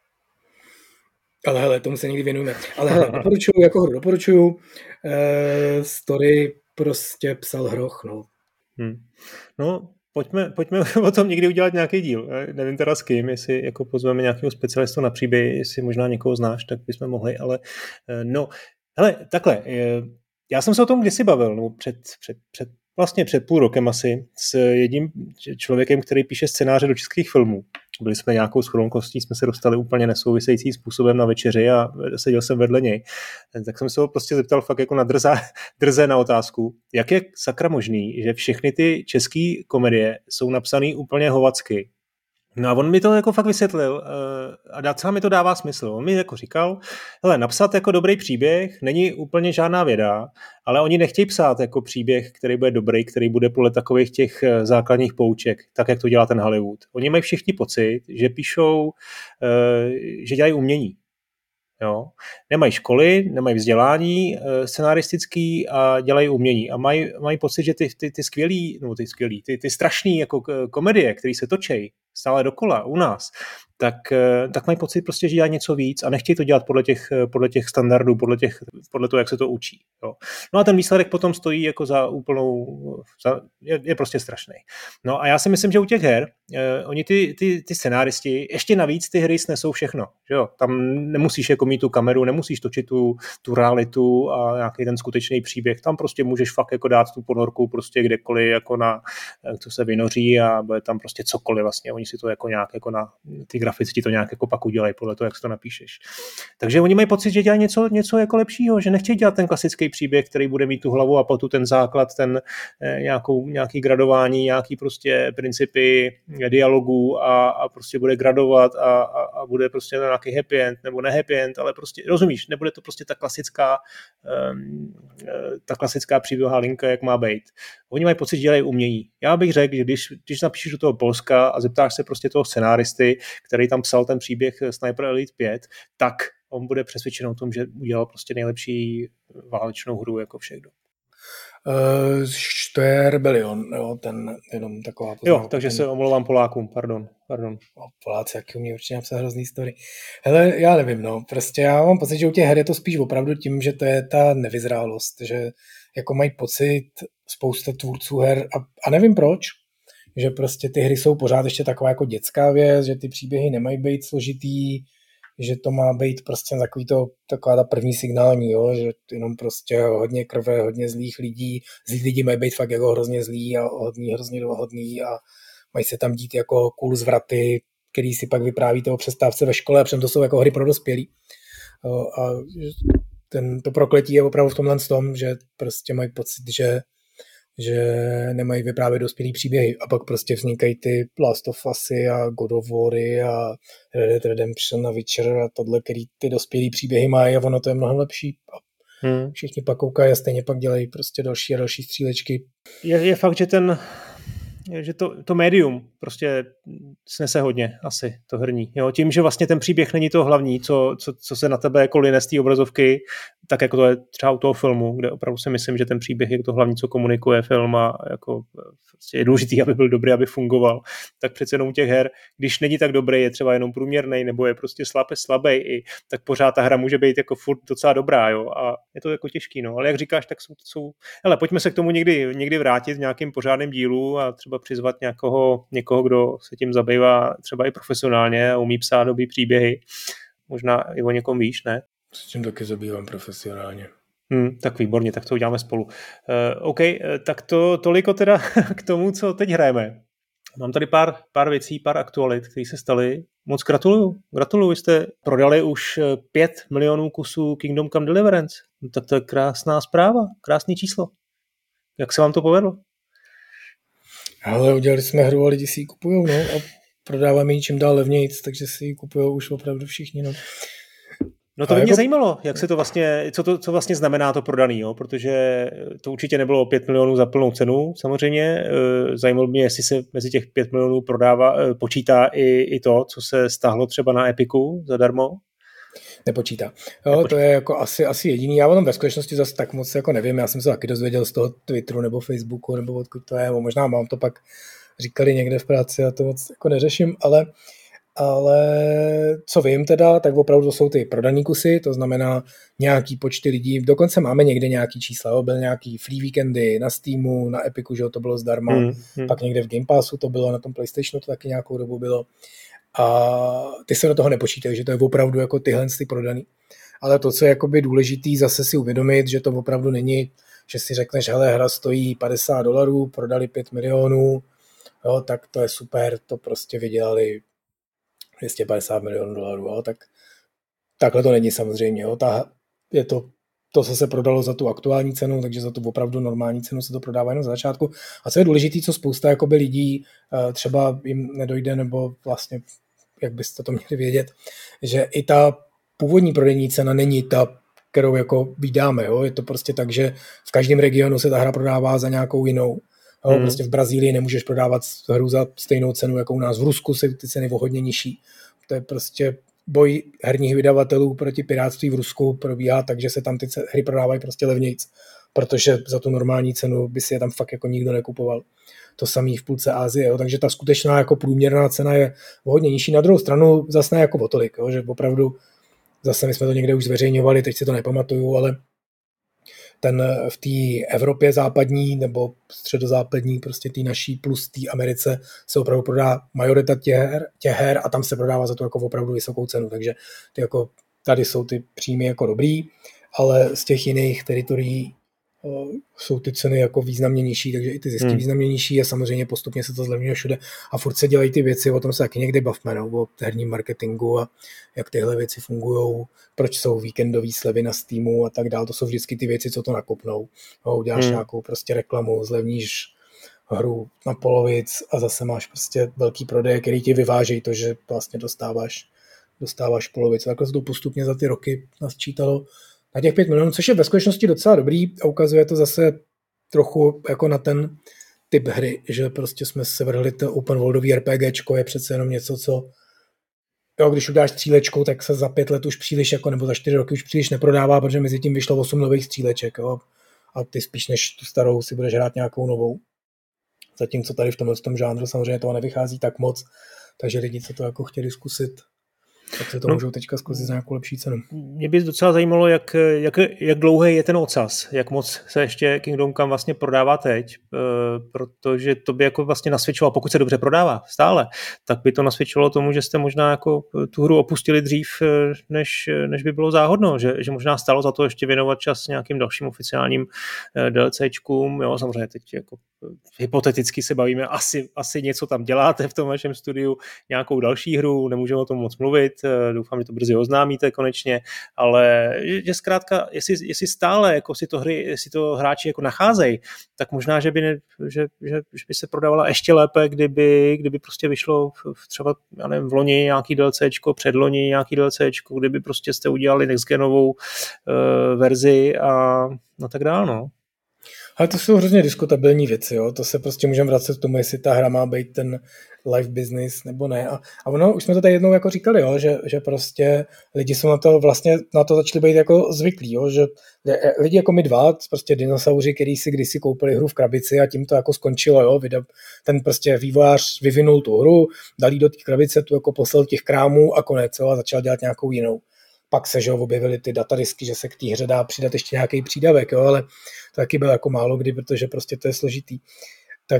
Ale hele, tomu se někdy věnujeme. Ale hele, doporučuju. Story prostě psal Hroch, no.
No, pojďme o tom někdy udělat nějaký díl. Nevím teda s kým, jestli jako pozveme nějakého specialistu na příběhy, jestli možná někoho znáš, tak bychom mohli, ale no, hele, takhle, já jsem se o tom kdysi bavil, no, před půl rokem asi, s jedním člověkem, který píše scénáře do českých filmů. Byli jsme nějakou shodou jsme se dostali úplně nesouvisejícím způsobem na večeři a seděl jsem vedle něj. Tak jsem se ho prostě zeptal fakt jako na drze na otázku, jak je sakra možný, že všechny ty české komedie jsou napsané úplně hovacky. No a on mi to jako fakt vysvětlil a docela mi to dává smysl. On mi jako říkal, hele, napsat jako dobrý příběh není úplně žádná věda, ale oni nechtějí psát jako příběh, který bude dobrý, který bude podle takových těch základních pouček, tak jak to dělá ten Hollywood. Oni mají všichni pocit, že píšou, že dělají umění. Jo. Nemají školy, nemají vzdělání scenaristický a dělají umění. A mají pocit, že ty strašný jako komedie, které se točí stále dokola u nás, tak mají pocit prostě, že dělají něco víc a nechtějí to dělat podle těch standardů, podle toho, jak se to učí. Jo. No a ten výsledek potom stojí jako za úplnou, je prostě strašný. No a já si myslím, že u těch her, oni ty scenáristi, ještě navíc ty hry snesou všechno. Že jo? Tam nemusíš jako mít tu kameru, nemusíš točit tu realitu a nějaký ten skutečný příběh. Tam prostě můžeš fakt jako dát tu ponorku prostě kdekoliv, jako co se vynoří a bude tam prostě cokoliv vlastně. Oni si to jako nějak jako na ty grafici to nějak jako pak udělají podle toho, jak si to napíšeš. Takže oni mají pocit, že dělají něco jako lepšího, že nechtějí dělat ten klasický příběh, který bude mít tu hlavu a patu, ten základ, ten nějaký gradování, nějaký prostě principy dialogů a prostě bude gradovat a bude prostě nějaký happy end nebo ne happy end, ale prostě rozumíš, nebude to prostě ta klasická příběhová linka, jak má být. Oni mají pocit, že dělají umění. Já bych řekl, že když napíšeš do toho Polska a zeptáš se prostě toho scenáristy, který tam psal ten příběh Sniper Elite 5, tak on bude přesvědčen o tom, že udělal prostě nejlepší válečnou hru jako všech dob.
To je Rebellion, jo, ten jenom taková
poznámka. Jo, takže se omlouvám Polákům, pardon.
Poláci, jak umí určitě napsat hrozný story. Hele, já nevím, no, prostě já mám pocit, že u těch her je to spíš opravdu tím, že to je ta nevyzrálost, že jako mají pocit spousta tvůrců her a nevím proč, že prostě ty hry jsou pořád ještě taková jako dětská věc, že ty příběhy nemají být složitý, že to má být prostě taková ta první signální, jo, že jenom prostě hodně krve, hodně zlých lidí, zlí lidi mají být fakt jako hrozně zlí a hrozně dohodný a mají se tam dít jako cool zvraty, který si pak vyprávíte o přestávce ve škole a přitom to jsou jako hry pro dospělí. A to prokletí je opravdu v tomhle tom, že prostě mají pocit, že nemají vyprávět dospělý příběhy a pak prostě vznikají ty Last of Usy a God of Wary a Red Dead Redemption a Witcher a tohle, který ty dospělý příběhy mají a ono to je mnohem lepší. Všichni pak koukají a stejně pak dělají prostě další a další střílečky.
Je fakt, že to médium prostě snese hodně asi to herní. Jo? Tím, že vlastně ten příběh není to hlavní, co se na tebe jako line z té obrazovky, tak jako to je třeba u toho filmu, kde opravdu si myslím, že ten příběh je to hlavní, co komunikuje film a jako prostě je důležitý, aby byl dobrý, aby fungoval. Tak přece jenom u těch her, když není tak dobrý, je třeba jenom průměrný nebo je prostě slabý, tak pořád ta hra může být jako furt docela dobrá, jo? A je to jako těžký, no. Ale jak říkáš, tak jsou... Hele, pojďme se k tomu někdy vrátit v nějakým pořádným dílu a třeba přizvat někoho, kdo se tím zabývá třeba i profesionálně a umí psát dobrý příběhy. Možná i o někom víš, ne?
S tím taky zabývám profesionálně.
Tak výborně, tak to uděláme spolu. OK, tak toliko teda k tomu, co teď hrajeme. Mám tady pár věcí, pár aktualit, které se staly. Moc gratuluju, jste prodali už 5 milionů kusů Kingdom Come Deliverance. Tak to je krásná zpráva, krásný číslo. Jak se vám to povedlo?
Ale udělali jsme hru a lidi si ji kupujou, no, a prodáváme ji čím dál levnějc, takže si ji kupujou už opravdu všichni, no.
No to by mě zajímalo, jak se to vlastně, co vlastně znamená to prodaný, jo? Protože to určitě nebylo 5 milionů za plnou cenu, samozřejmě. Zajímalo mě, jestli se mezi těch 5 milionů počítá i to, co se stáhlo třeba na Epiku zadarmo.
Nepočítá. Jo, to je jako asi jediný. Já o tom ve skutečnosti zase tak moc jako nevím. Já jsem se taky dozvěděl z toho Twitteru nebo Facebooku, nebo odkud to je. Možná mám to pak říkali někde v práci a to moc jako neřeším, ale co vím teda, tak opravdu jsou ty prodaný kusy, to znamená nějaký počty lidí. Dokonce máme někde nějaký čísla, byl nějaký free weekendy na Steamu, na Epiku, že to bylo zdarma, pak někde v Game Passu to bylo, na tom PlayStationu to taky nějakou dobu bylo. A ty se do toho nepočítají, že to je opravdu jako tyhle ty prodaný. Ale to, co je jakoby důležitý, zase si uvědomit, že to opravdu není, že si řekneš, hele, hra stojí $50, prodali 5 milionů, jo, tak to je super, to prostě vydělali 250 milionů dolarů, jo, tak takhle to není samozřejmě. Jo. Je to, co se prodalo za tu aktuální cenu, takže za tu opravdu normální cenu se to prodává jenom za začátku. A co je důležité, co spousta jakoby, lidí třeba jim nedojde, nebo vlastně, jak byste to měli vědět, že i ta původní prodejní cena není ta, kterou jako vydáme. Jo. Je to prostě tak, že v každém regionu se ta hra prodává za nějakou jinou. Jo. Prostě v Brazílii nemůžeš prodávat hru za stejnou cenu, jako u nás. V Rusku jsou ty ceny o hodně nižší. To je prostě boj herních vydavatelů proti pirátství v Rusku probíhá, takže se tam ty hry prodávají prostě levnějc, protože za tu normální cenu by si je tam fakt jako nikdo nekupoval. To samý v půlce Asie, jo. Takže ta skutečná jako průměrná cena je hodně nižší. Na druhou stranu zase ne jako o tolik, jo, že opravdu zase my jsme to někde už zveřejňovali, teď si to nepamatuju, ale v té Evropě západní nebo středozápadní, prostě té naší plus té Americe se opravdu prodá majorita těch her a tam se prodává za to jako opravdu vysokou cenu, takže ty jako, tady jsou ty příjmy jako dobrý, ale z těch jiných teritorií jsou ty ceny jako významně nižší, takže i ty zisky významně nižší a samozřejmě postupně se to zlevňuje všude a furt se dělají ty věci, o tom se taky někdy bavme, no, o herním marketingu a jak tyhle věci fungují, proč jsou víkendové slevy na Steamu a tak dále, to jsou vždycky ty věci, co to nakopnou. No, uděláš nějakou prostě reklamu, zlevníš hru na polovic a zase máš prostě velký prodej, který ti vyvážejí to, že vlastně dostáváš polovic. Takhle se to postupně za ty roky nasčítalo na těch 5 milionů, což je ve skutečnosti docela dobrý a ukazuje to zase trochu jako na ten typ hry, že prostě jsme se vrhli to open worldový RPGčko je přece jenom něco, co jo, když uděláš střílečkou, tak se za 5 let už příliš jako, nebo za 4 roky už příliš neprodává, protože mezi tím vyšlo 8 nových stříleček, jo, a ty spíš než tu starou si budeš hrát nějakou novou. Zatímco tady v tom žánru samozřejmě toho nevychází tak moc, takže lidi, co to jako chtěli zkusit, tak se to můžou teďka zkusit za nějakou lepší cenu.
Mě by docela zajímalo, jak dlouhý je ten ocas, jak moc se ještě Kingdom Come vlastně prodává teď, protože to by jako vlastně nasvědčovalo, pokud se dobře prodává stále, tak by to nasvědčovalo tomu, že jste možná jako tu hru opustili dřív, než by bylo záhodno, že možná stálo za to ještě věnovat čas nějakým dalším oficiálním DLCčkům, jo, samozřejmě teď jako hypoteticky se bavíme, asi něco tam děláte v tom vašem studiu, nějakou další hru, nemůžeme o tom moc mluvit, doufám, že to brzy oznámíte konečně, ale že zkrátka, jestli stále jako si to hráči jako nacházejí, tak možná, že by se prodávala ještě lépe, kdyby prostě vyšlo třeba, já nevím, v loni nějaký DLCčko, předloni nějaký DLCčko, kdyby prostě jste udělali nextgenovou verzi a tak dále, no.
Ale to jsou hrozně diskutabilní věci, jo. To se prostě můžeme vracet k tomu, jestli ta hra má být ten live business nebo ne. A ono, už jsme to tady jednou jako říkali, jo, že prostě lidi jsou na to začali být jako zvyklí, jo, že lidi jako my dva, prostě dinosauři, který si kdysi koupili hru v krabici a tím to jako skončilo, jo. Ten prostě vývojář vyvinul tu hru, dal jí do té krabice, tu jako poslal těch krámů a konec, jo, a začal dělat nějakou jinou. Pak se, že objevily ty datadisky, že se k té hře dá přidat ještě nějaký přídavek, jo, ale to taky bylo jako málo kdy, protože prostě to je složitý. Tak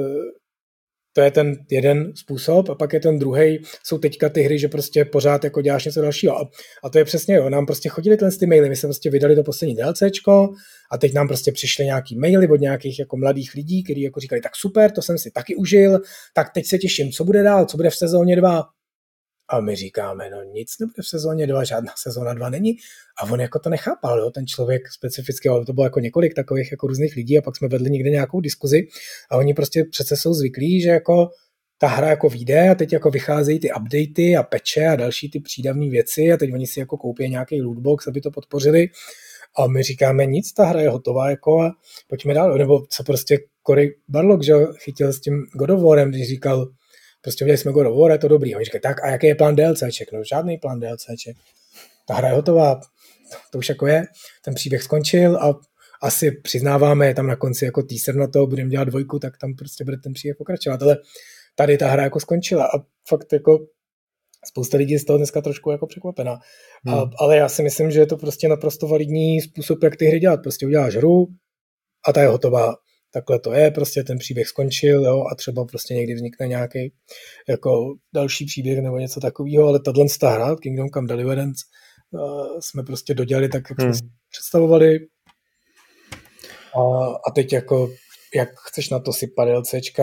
to je ten jeden způsob a pak je ten druhý, jsou teďka ty hry, že prostě pořád jako děláš něco dalšího a to je přesně, jo, nám prostě chodili ty maily, my jsme prostě vydali to poslední DLCčko a teď nám prostě přišly nějaký maily od nějakých jako mladých lidí, kteří jako říkali, tak super, to jsem si taky užil, tak teď se těším, co bude dál, co bude v sezóně 2. A my říkáme, no nic nebude v sezóně 2, žádná sezóna 2 není. A on jako to nechápal, jo, ten člověk specificky, ale to bylo jako několik takových jako různých lidí a pak jsme vedli někde nějakou diskuzi a oni prostě přece jsou zvyklí, že jako ta hra jako vyjde a teď jako vycházejí ty updaty a patche a další ty přídavné věci a teď oni si jako koupí nějaký lootbox, aby to podpořili. A my říkáme, nic, ta hra je hotová, jako a pojďme dál. Nebo co prostě Cory Barlog, že chytil s tím God of Warem, když říkal, prostě udělali jsme God of War, je to dobrý. Oni říkají, tak a jaký je plán DLCček? No žádný plán DLCček. Ta hra je hotová, to už jako je. Ten příběh skončil a asi přiznáváme, je tam na konci jako teaser na to, budeme dělat 2, tak tam prostě bude ten příběh pokračovat. Ale tady ta hra jako skončila a fakt jako spousta lidí je z toho dneska trošku jako překvapená. Ale já si myslím, že je to prostě naprosto validní způsob, jak ty hry dělat. Prostě uděláš hru a ta je hotová. Takhle to je, prostě ten příběh skončil, jo, a třeba prostě někdy vznikne nějaký jako další příběh nebo něco takového, ale tato hra, Kingdom Come Deliverance, jsme prostě dodělali tak, jak jsme si představovali. A teď jako, jak chceš na to sypat DLCčka,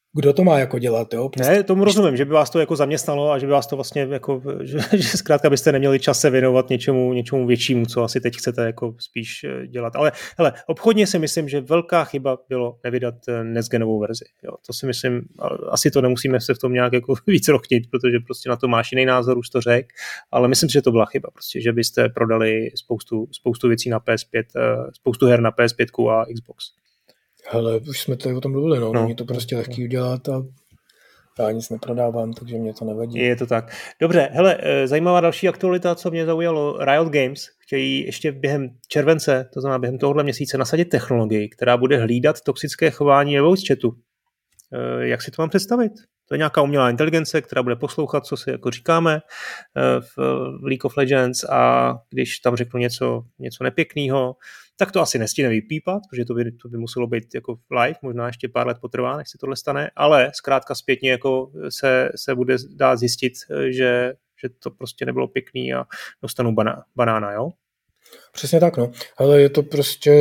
kdo to má jako dělat, jo?
Prostě, ne, tomu rozumím, že by vás to jako zaměstnalo a že by vás to vlastně jako, že zkrátka byste neměli čas se věnovat něčemu většímu, co asi teď chcete jako spíš dělat. Ale hele, obchodně si myslím, že velká chyba bylo nevydat next-genovou verzi. Jo, to si myslím, asi to nemusíme se v tom nějak jako víc rochnit, protože prostě na to máš jiný názor, už to řek, ale myslím si, že to byla chyba, prostě, že byste prodali spoustu věcí na PS5, spoustu her na PS5 a Xbox.
Hele, už jsme tady o tom mluvili, no. Není to prostě lehký udělat a já nic neprodávám, takže mě to nevadí.
Je to tak. Dobře, hele, zajímavá další aktualita, co mě zaujalo, Riot Games chtějí ještě během července, to znamená během tohohle měsíce, nasadit technologii, která bude hlídat toxické chování ve voice chatu. Jak si to mám představit? To je nějaká umělá inteligence, která bude poslouchat, co si jako říkáme v League of Legends, a když tam řeknu něco nepěkného, tak to asi nestihne vypípat, protože to by muselo být jako live, možná ještě pár let potrvá, než se tohle stane, ale zkrátka zpětně jako se bude dát zjistit, že to prostě nebylo pěkný a dostanu banána, jo?
Přesně tak, no. Ale je to prostě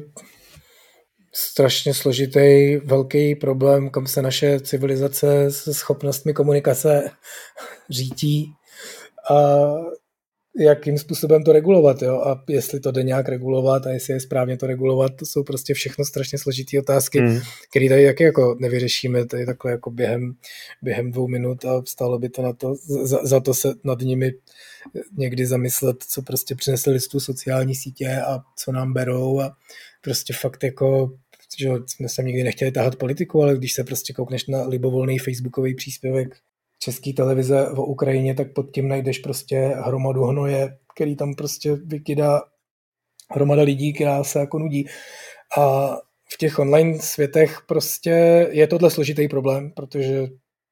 strašně složitý, velký problém, kam se naše civilizace se schopnostmi komunikace řítí a jakým způsobem to regulovat, jo? A jestli to jde nějak regulovat a jestli je správně to regulovat, to jsou prostě všechno strašně složitý otázky, které tady taky jako nevyřešíme tady takhle jako během 2 minut a stálo by to na to, za to se nad nimi někdy zamyslet, co prostě přinesly listu sociální sítě a co nám berou a prostě fakt jako, že jsme se nikdy nechtěli tahat politiku, ale když se prostě koukneš na libovolný facebookový příspěvek České televize o Ukrajině, tak pod tím najdeš prostě hromadu hnoje, který tam prostě vykydá hromada lidí, která se jako nudí. A v těch online světech prostě je tohle složitý problém, protože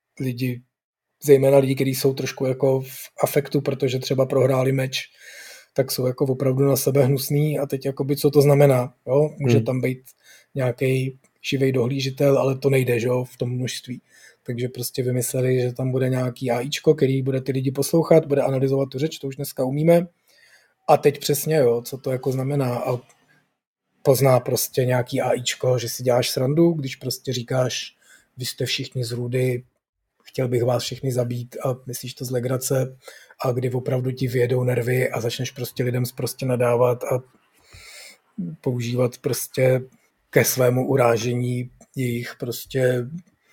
zejména lidi, kteří jsou trošku jako v afektu, protože třeba prohráli meč, tak jsou jako opravdu na sebe hnusný a teď jakoby co to znamená, jo? Může tam být nějaký živej dohlížitel, ale to nejde, že jo, v tom množství. Takže prostě vymysleli, že tam bude nějaký AIčko, který bude ty lidi poslouchat, bude analyzovat tu řeč, to už dneska umíme. A teď přesně, jo, co to jako znamená. A pozná prostě nějaký AIčko, že si děláš srandu, když prostě říkáš, vy jste všichni z Rudy, chtěl bych vás všechny zabít a myslíš to z legrace, a kdy opravdu ti vyjedou nervy a začneš prostě lidem prostě nadávat a používat prostě ke svému urážení jejich prostě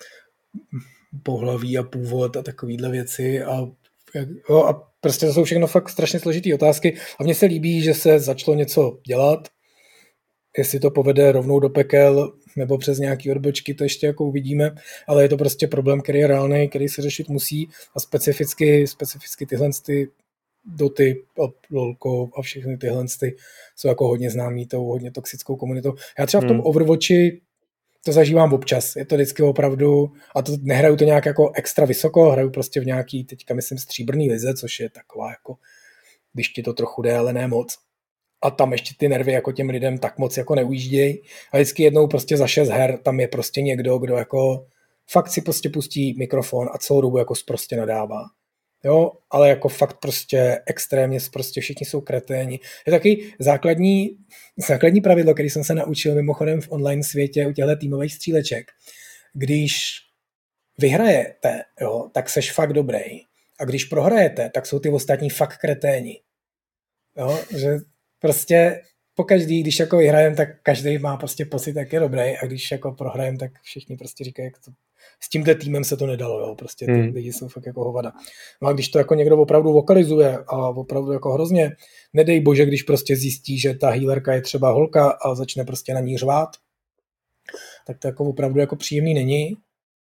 pohlaví a původ a takovýhle věci a prostě to jsou všechno fakt strašně složitý otázky a mně se líbí, že se začalo něco dělat. Jestli to povede rovnou do pekel nebo přes nějaký odbočky, to ještě jako uvidíme, ale je to prostě problém, který je reálný, který se řešit musí a specificky tyhle Doty a LOLko a všechny tyhle jsou jako hodně známý tou hodně toxickou komunitou. Já třeba v tom Overwatchi to zažívám občas. Je to vždycky opravdu, a to nehraju to nějak jako extra vysoko, hraju prostě v nějaký, teďka myslím, stříbrný lize, což je taková jako, když ti to trochu jde, ale ne moc. A tam ještě ty nervy jako těm lidem tak moc jako neujíždějí. A vždycky jednou prostě za 6 her tam je prostě někdo, kdo jako fakt si prostě pustí mikrofon a celou dobu jako prostě nadává. Jo, ale jako fakt prostě extrémně prostě všichni jsou kreténi. Je taky základní pravidlo, který jsem se naučil mimochodem v online světě u těchto týmových stříleček. Když vyhrajete, jo, tak seš fakt dobrý. A když prohrajete, tak jsou ty ostatní fakt kreténi. Jo, že prostě pokaždý, když jako vyhrajem, tak každý má prostě pocit, jak je dobrý, a když jako prohrajem, tak všichni prostě říkají, jak to s tímhle týmem se to nedalo, jo, prostě ty lidi jsou fakt jako hovada. No a když to jako někdo opravdu vokalizuje a opravdu jako hrozně, nedej bože, když prostě zjistí, že ta healerka je třeba holka a začne prostě na ní řvát, tak to jako opravdu jako příjemný není.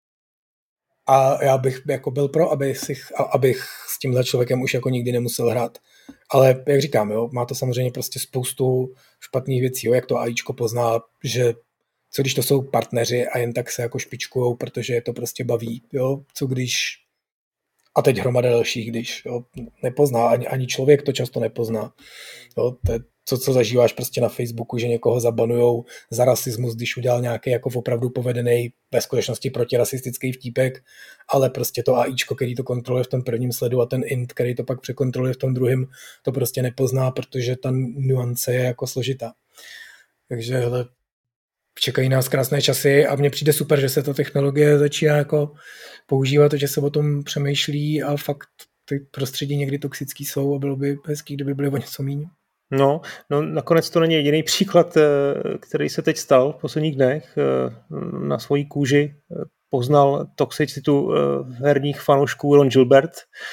A já bych jako byl pro, abych s tímhle člověkem už jako nikdy nemusel hrát. Ale jak říkám, jo, má to samozřejmě prostě spoustu špatných věcí, jo, jak to AIčko pozná, že co když to jsou partneři a jen tak se jako špičkujou, protože je to prostě baví, jo, co když, a teď hromada dalších, když, jo, nepozná, ani člověk to často nepozná, jo, to je co zažíváš prostě na Facebooku, že někoho zabanujou za rasismus, když udělal nějaký jako opravdu povedený ve skutečnosti protirasistický vtípek, ale prostě to AIčko, který to kontroluje v tom prvním sledu a ten int, který to pak překontroluje v tom druhém, to prostě nepozná, protože ta nuance je jako složitá. Takže hele, čekají nás krásné časy a mně přijde super, že se ta technologie začíná jako používat, že se o tom přemýšlí a fakt ty prostředí někdy toxický jsou a bylo by hezký, kdyby byly o něco méně.
No, nakonec to není jediný příklad, který se teď stal v posledních dnech. Na svojí kůži poznal toxicitu herních fanoušků Ron Gilbert,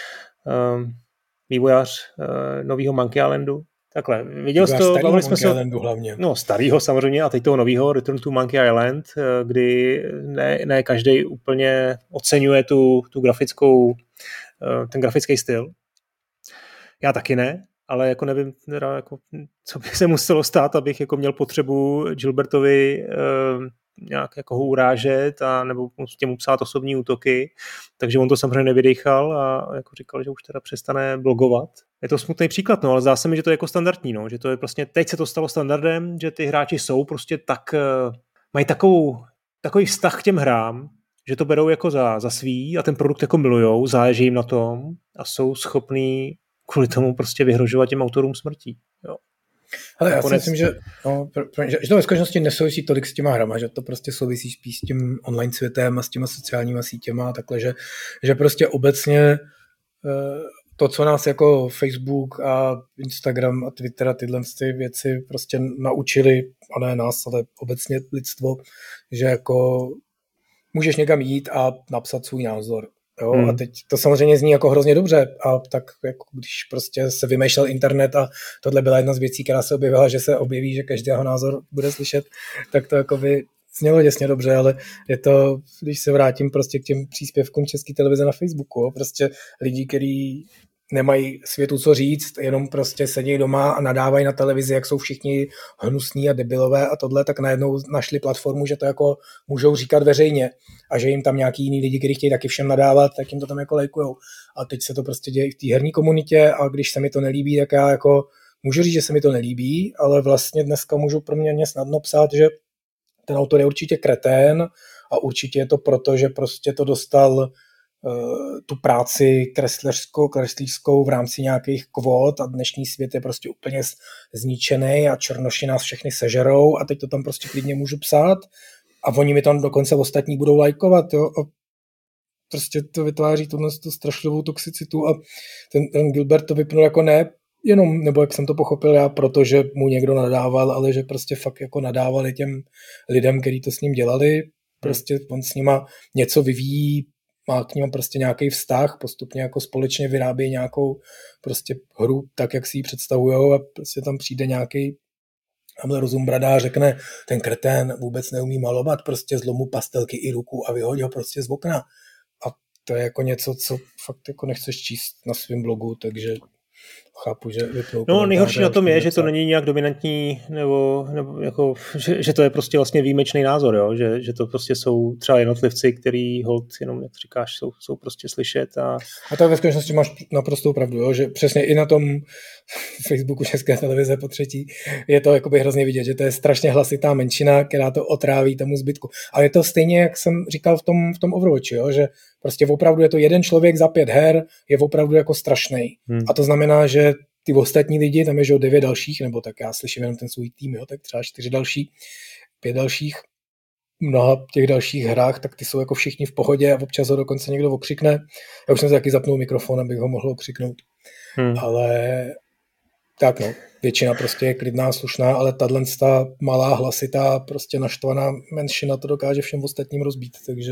vývojář nového Monkey Islandu. Takhle, viděl jsi to, bavili jsme se
hlavně.
No, starýho samozřejmě a teď toho novýho Return to Monkey Island, kdy ne každý úplně oceňuje ten grafický styl. Já taky ne, ale jako nevím, jako, co by se muselo stát, abych jako měl potřebu Gilbertovi nějak jako ho urážet a nebo mu psát osobní útoky, takže on to samozřejmě nevydechal a jako říkal, že už teda přestane blogovat. Je to smutný příklad, no, ale zdá se mi, že to je jako standardní, no, že to je prostě, teď se to stalo standardem, že ty hráči jsou prostě tak, mají takový vztah k těm hrám, že to berou jako za svý a ten produkt jako milujou, záleží jim na tom a jsou schopní kvůli tomu prostě vyhrožovat těm autorům smrtí. Jo.
Ale já si myslím, že to ve skutečnosti nesouvisí tolik s těma hrama, že to prostě souvisí spíš s tím online světem a s těma sociálníma sítěma a takhle, že prostě obecně to, co nás jako Facebook a Instagram a Twitter a tyhle ty věci prostě naučili, a ne nás, ale obecně lidstvo, že jako můžeš někam jít a napsat svůj názor. Jo? A teď to samozřejmě zní jako hrozně dobře a tak jako když prostě se vymýšlel internet a tohle byla jedna z věcí, která se objevila, že se objeví, že každého názor bude slyšet, tak to jako by znělo děsně dobře, ale je to, když se vrátím prostě k těm příspěvkům České televize na Facebooku, prostě lidi, kteří nemají světu co říct, jenom prostě sedí doma a nadávají na televizi, jak jsou všichni hnusní a debilové a tohle, tak najednou našli platformu, že to jako můžou říkat veřejně a že jim tam nějaký jiný lidi, kteří chtějí taky všem nadávat, tak jim to tam jako lajkujou. A teď se to prostě děje v té herní komunitě a když se mi to nelíbí, tak já jako můžu říct, že se mi to nelíbí, ale vlastně dneska můžu poměrně snadno psát, že ten autor je určitě kretén a určitě je to proto, že prostě to dostal tu práci kreslířskou v rámci nějakých kvót a dnešní svět je prostě úplně zničený a černoši nás všechny sežerou a teď to tam prostě klidně můžu psát a oni mi tam dokonce ostatní budou lajkovat, jo, a prostě to vytváří tu strašlivou toxicitu a ten Gilbert to vypnul jako ne jenom, nebo jak jsem to pochopil já, protože mu někdo nadával, ale že prostě fakt jako nadávali těm lidem, kteří to s ním dělali, prostě on s nima něco vyvíjí, má k ním prostě nějaký vztah, postupně jako společně vyrábí nějakou prostě hru tak, jak si ji představujou a prostě tam přijde nějaký tamhle rozumbrada a řekne, ten kretén vůbec neumí malovat, prostě zlomu pastelky i ruku a vyhodí ho prostě z okna. A to je jako něco, co fakt jako nechceš číst na svém blogu, takže chápu, že vypnou.
No nejhorší na tom je, že to není nějak dominantní, nebo jako, že to je prostě vlastně výjimečný názor, jo? Že to prostě jsou třeba jednotlivci, který hold jenom, jak říkáš, jsou prostě slyšet. A
to ve skutečnosti máš naprostou pravdu, jo? Že přesně i na tom Facebooku České televize po třetí je to jakoby hrozně vidět, že to je strašně hlasitá menšina, která to otráví tomu zbytku. Ale je to stejně, jak jsem říkal v tom Overwatchi, jo? Že prostě opravdu je to jeden člověk za 5 her, je opravdu jako strašnej. A to znamená, že ty ostatní lidi, tam je že 9 dalších, nebo tak já slyším jenom ten svůj tým, jo, tak třeba 4 další, 5 dalších, mnoha těch dalších hrách, tak ty jsou jako všichni v pohodě a občas ho dokonce někdo okřikne. Já už jsem si taky zapnul mikrofon, abych ho mohl okřiknout. Ale tak no, většina prostě je klidná, slušná, ale tato malá, hlasitá, prostě naštvaná menšina to dokáže všem ostatním rozbít, takže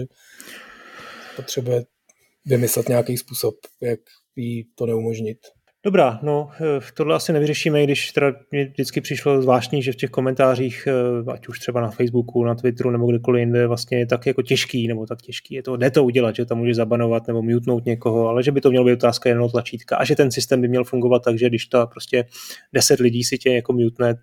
potřebuje vymyslet nějaký způsob, jak jí to neumožnit.
Dobrá, no tohle asi nevyřešíme, když teda mě vždycky přišlo zvláštní, že v těch komentářích, ať už třeba na Facebooku, na Twitteru nebo kdekoliv jinde, vlastně je tak jako těžký, nebo tak těžký, jde to udělat, že tam může zabanovat nebo mutnout někoho, ale že by to mělo být otázka jenom tlačítka a že ten systém by měl fungovat tak, že když to prostě 10 lidí si tě jako mutne,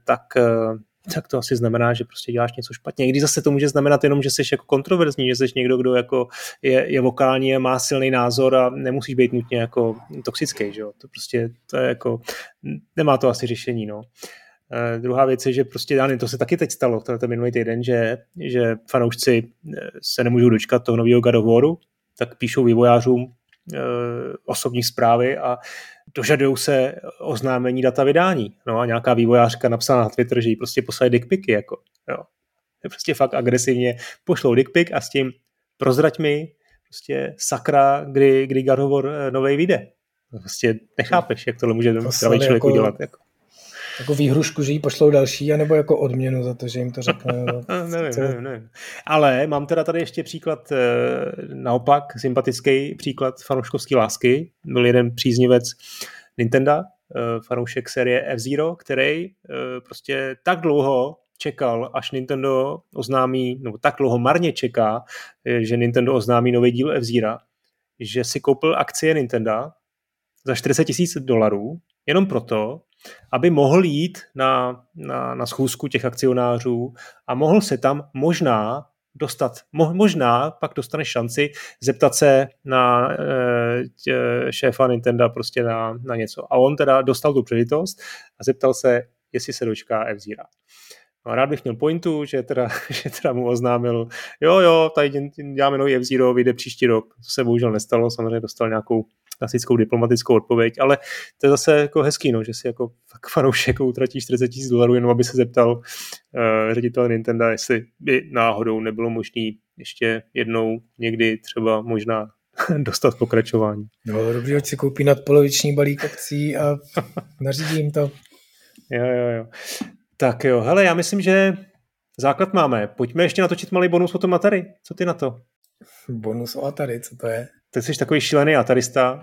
tak to asi znamená, že prostě děláš něco špatně. I když zase to může znamenat jenom, že jsi jako kontroverzní, že jsi někdo, kdo jako je vokální a má silný názor a nemusíš být nutně jako toxický, že jo. To je jako, nemá to asi řešení, no. Druhá věc je, že prostě, to se taky teď stalo, ten minulý týden, že fanoušci se nemůžou dočkat toho nového God of Waru, tak píšou vývojářům osobní zprávy a dožadujou se oznámení data vydání. No a nějaká vývojářka napsala na Twitter, že jí prostě poslali dickpiky, jako, jo. prostě fakt agresivně pošlou dick pic a s tím prozrať mi prostě sakra, kdy God of War novej vyjde. Prostě nechápeš, jak tohle může zdravý člověk udělat.
Jako výhrušku, že jí pošlou další, anebo jako odměnu za to, že jim to řekne?
nevím. Ale mám teda tady ještě příklad naopak, sympatický příklad fanouškovské lásky. Byl jeden příznivec Nintendo, fanoušek série F-Zero, který prostě tak dlouho čekal, až Nintendo oznámí, nebo tak dlouho marně čeká, že Nintendo oznámí nový díl F-Zero, že si koupil akcie Nintendo za $40,000 jenom proto, aby mohl jít na schůzku těch akcionářů a mohl se tam možná dostat, možná pak dostane šanci zeptat se na šéfa Nintendo prostě na něco. A on teda dostal tu příležitost a zeptal se, jestli se dočká F-Zero. No, rád bych měl pointu, že teda mu oznámil, jo, tady děláme nový F-Zero, vyjde příští rok. To se bohužel nestalo, samozřejmě dostal nějakou klasickou diplomatickou odpověď, ale to je zase jako hezký, no, že si jako fanoušek utratí $40,000 jenom aby se zeptal ředitel Nintendo, jestli by náhodou nebylo možné ještě jednou někdy třeba možná dostat pokračování.
No, dobrý, ať si koupí nadpoloviční balík akcí a nařídím to.
Jo. Tak jo, hele, já myslím, že základ máme. Pojďme ještě natočit malý bonus o tom Atari. Co ty na to?
Bonus o Atari, co to je?
Ty jsi takový šílený atarista,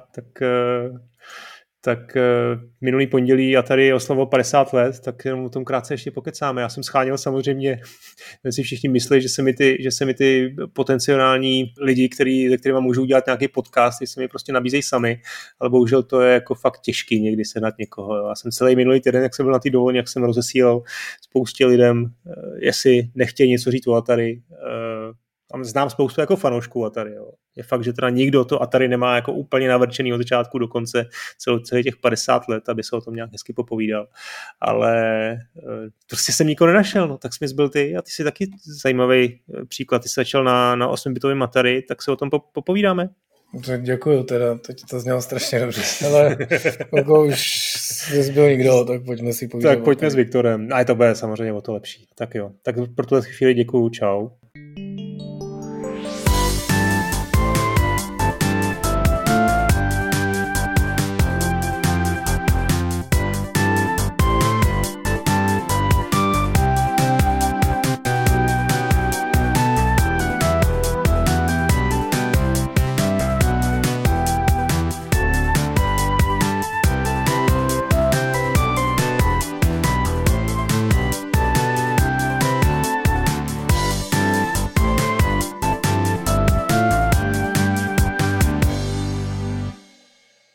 tak minulý pondělí Atari oslavilo 50 let, tak jenom o tom krátce ještě pokecáme. Já jsem scháněl samozřejmě, si všichni myslí, že se mi ty potenciální lidi, se kterými můžu udělat nějaký podcast, že se mi prostě nabízejí sami, ale bohužel to je jako fakt těžký někdy sehnat někoho. Já jsem celý minulý týden, jak jsem byl na té dovoleně, jak jsem rozesílal spoustě lidem, jestli nechtějí něco říct o Atari. Znám spoustu jako fanoušků Atari. Jo. Je fakt, že teda nikdo to Atari nemá jako úplně navrčený od začátku do konce celých těch 50 let, aby se o tom nějak hezky popovídal. Ale prostě jsem nikoho nenašel, no, tak jsi mi zbyl ty a ty jsi taky zajímavý příklad. Ty jsi začal na 8-bitovém Atari, tak se o tom popovídáme.
Děkuju teda, teď to znělo strašně dobře, ale jako už nezbyl nikdo, tak pojďme si povídat.
Tak pojďme s Viktorem, a to bude samozřejmě o to lepší. Tak jo, tak pro tuhle chvíli děkuju, čau.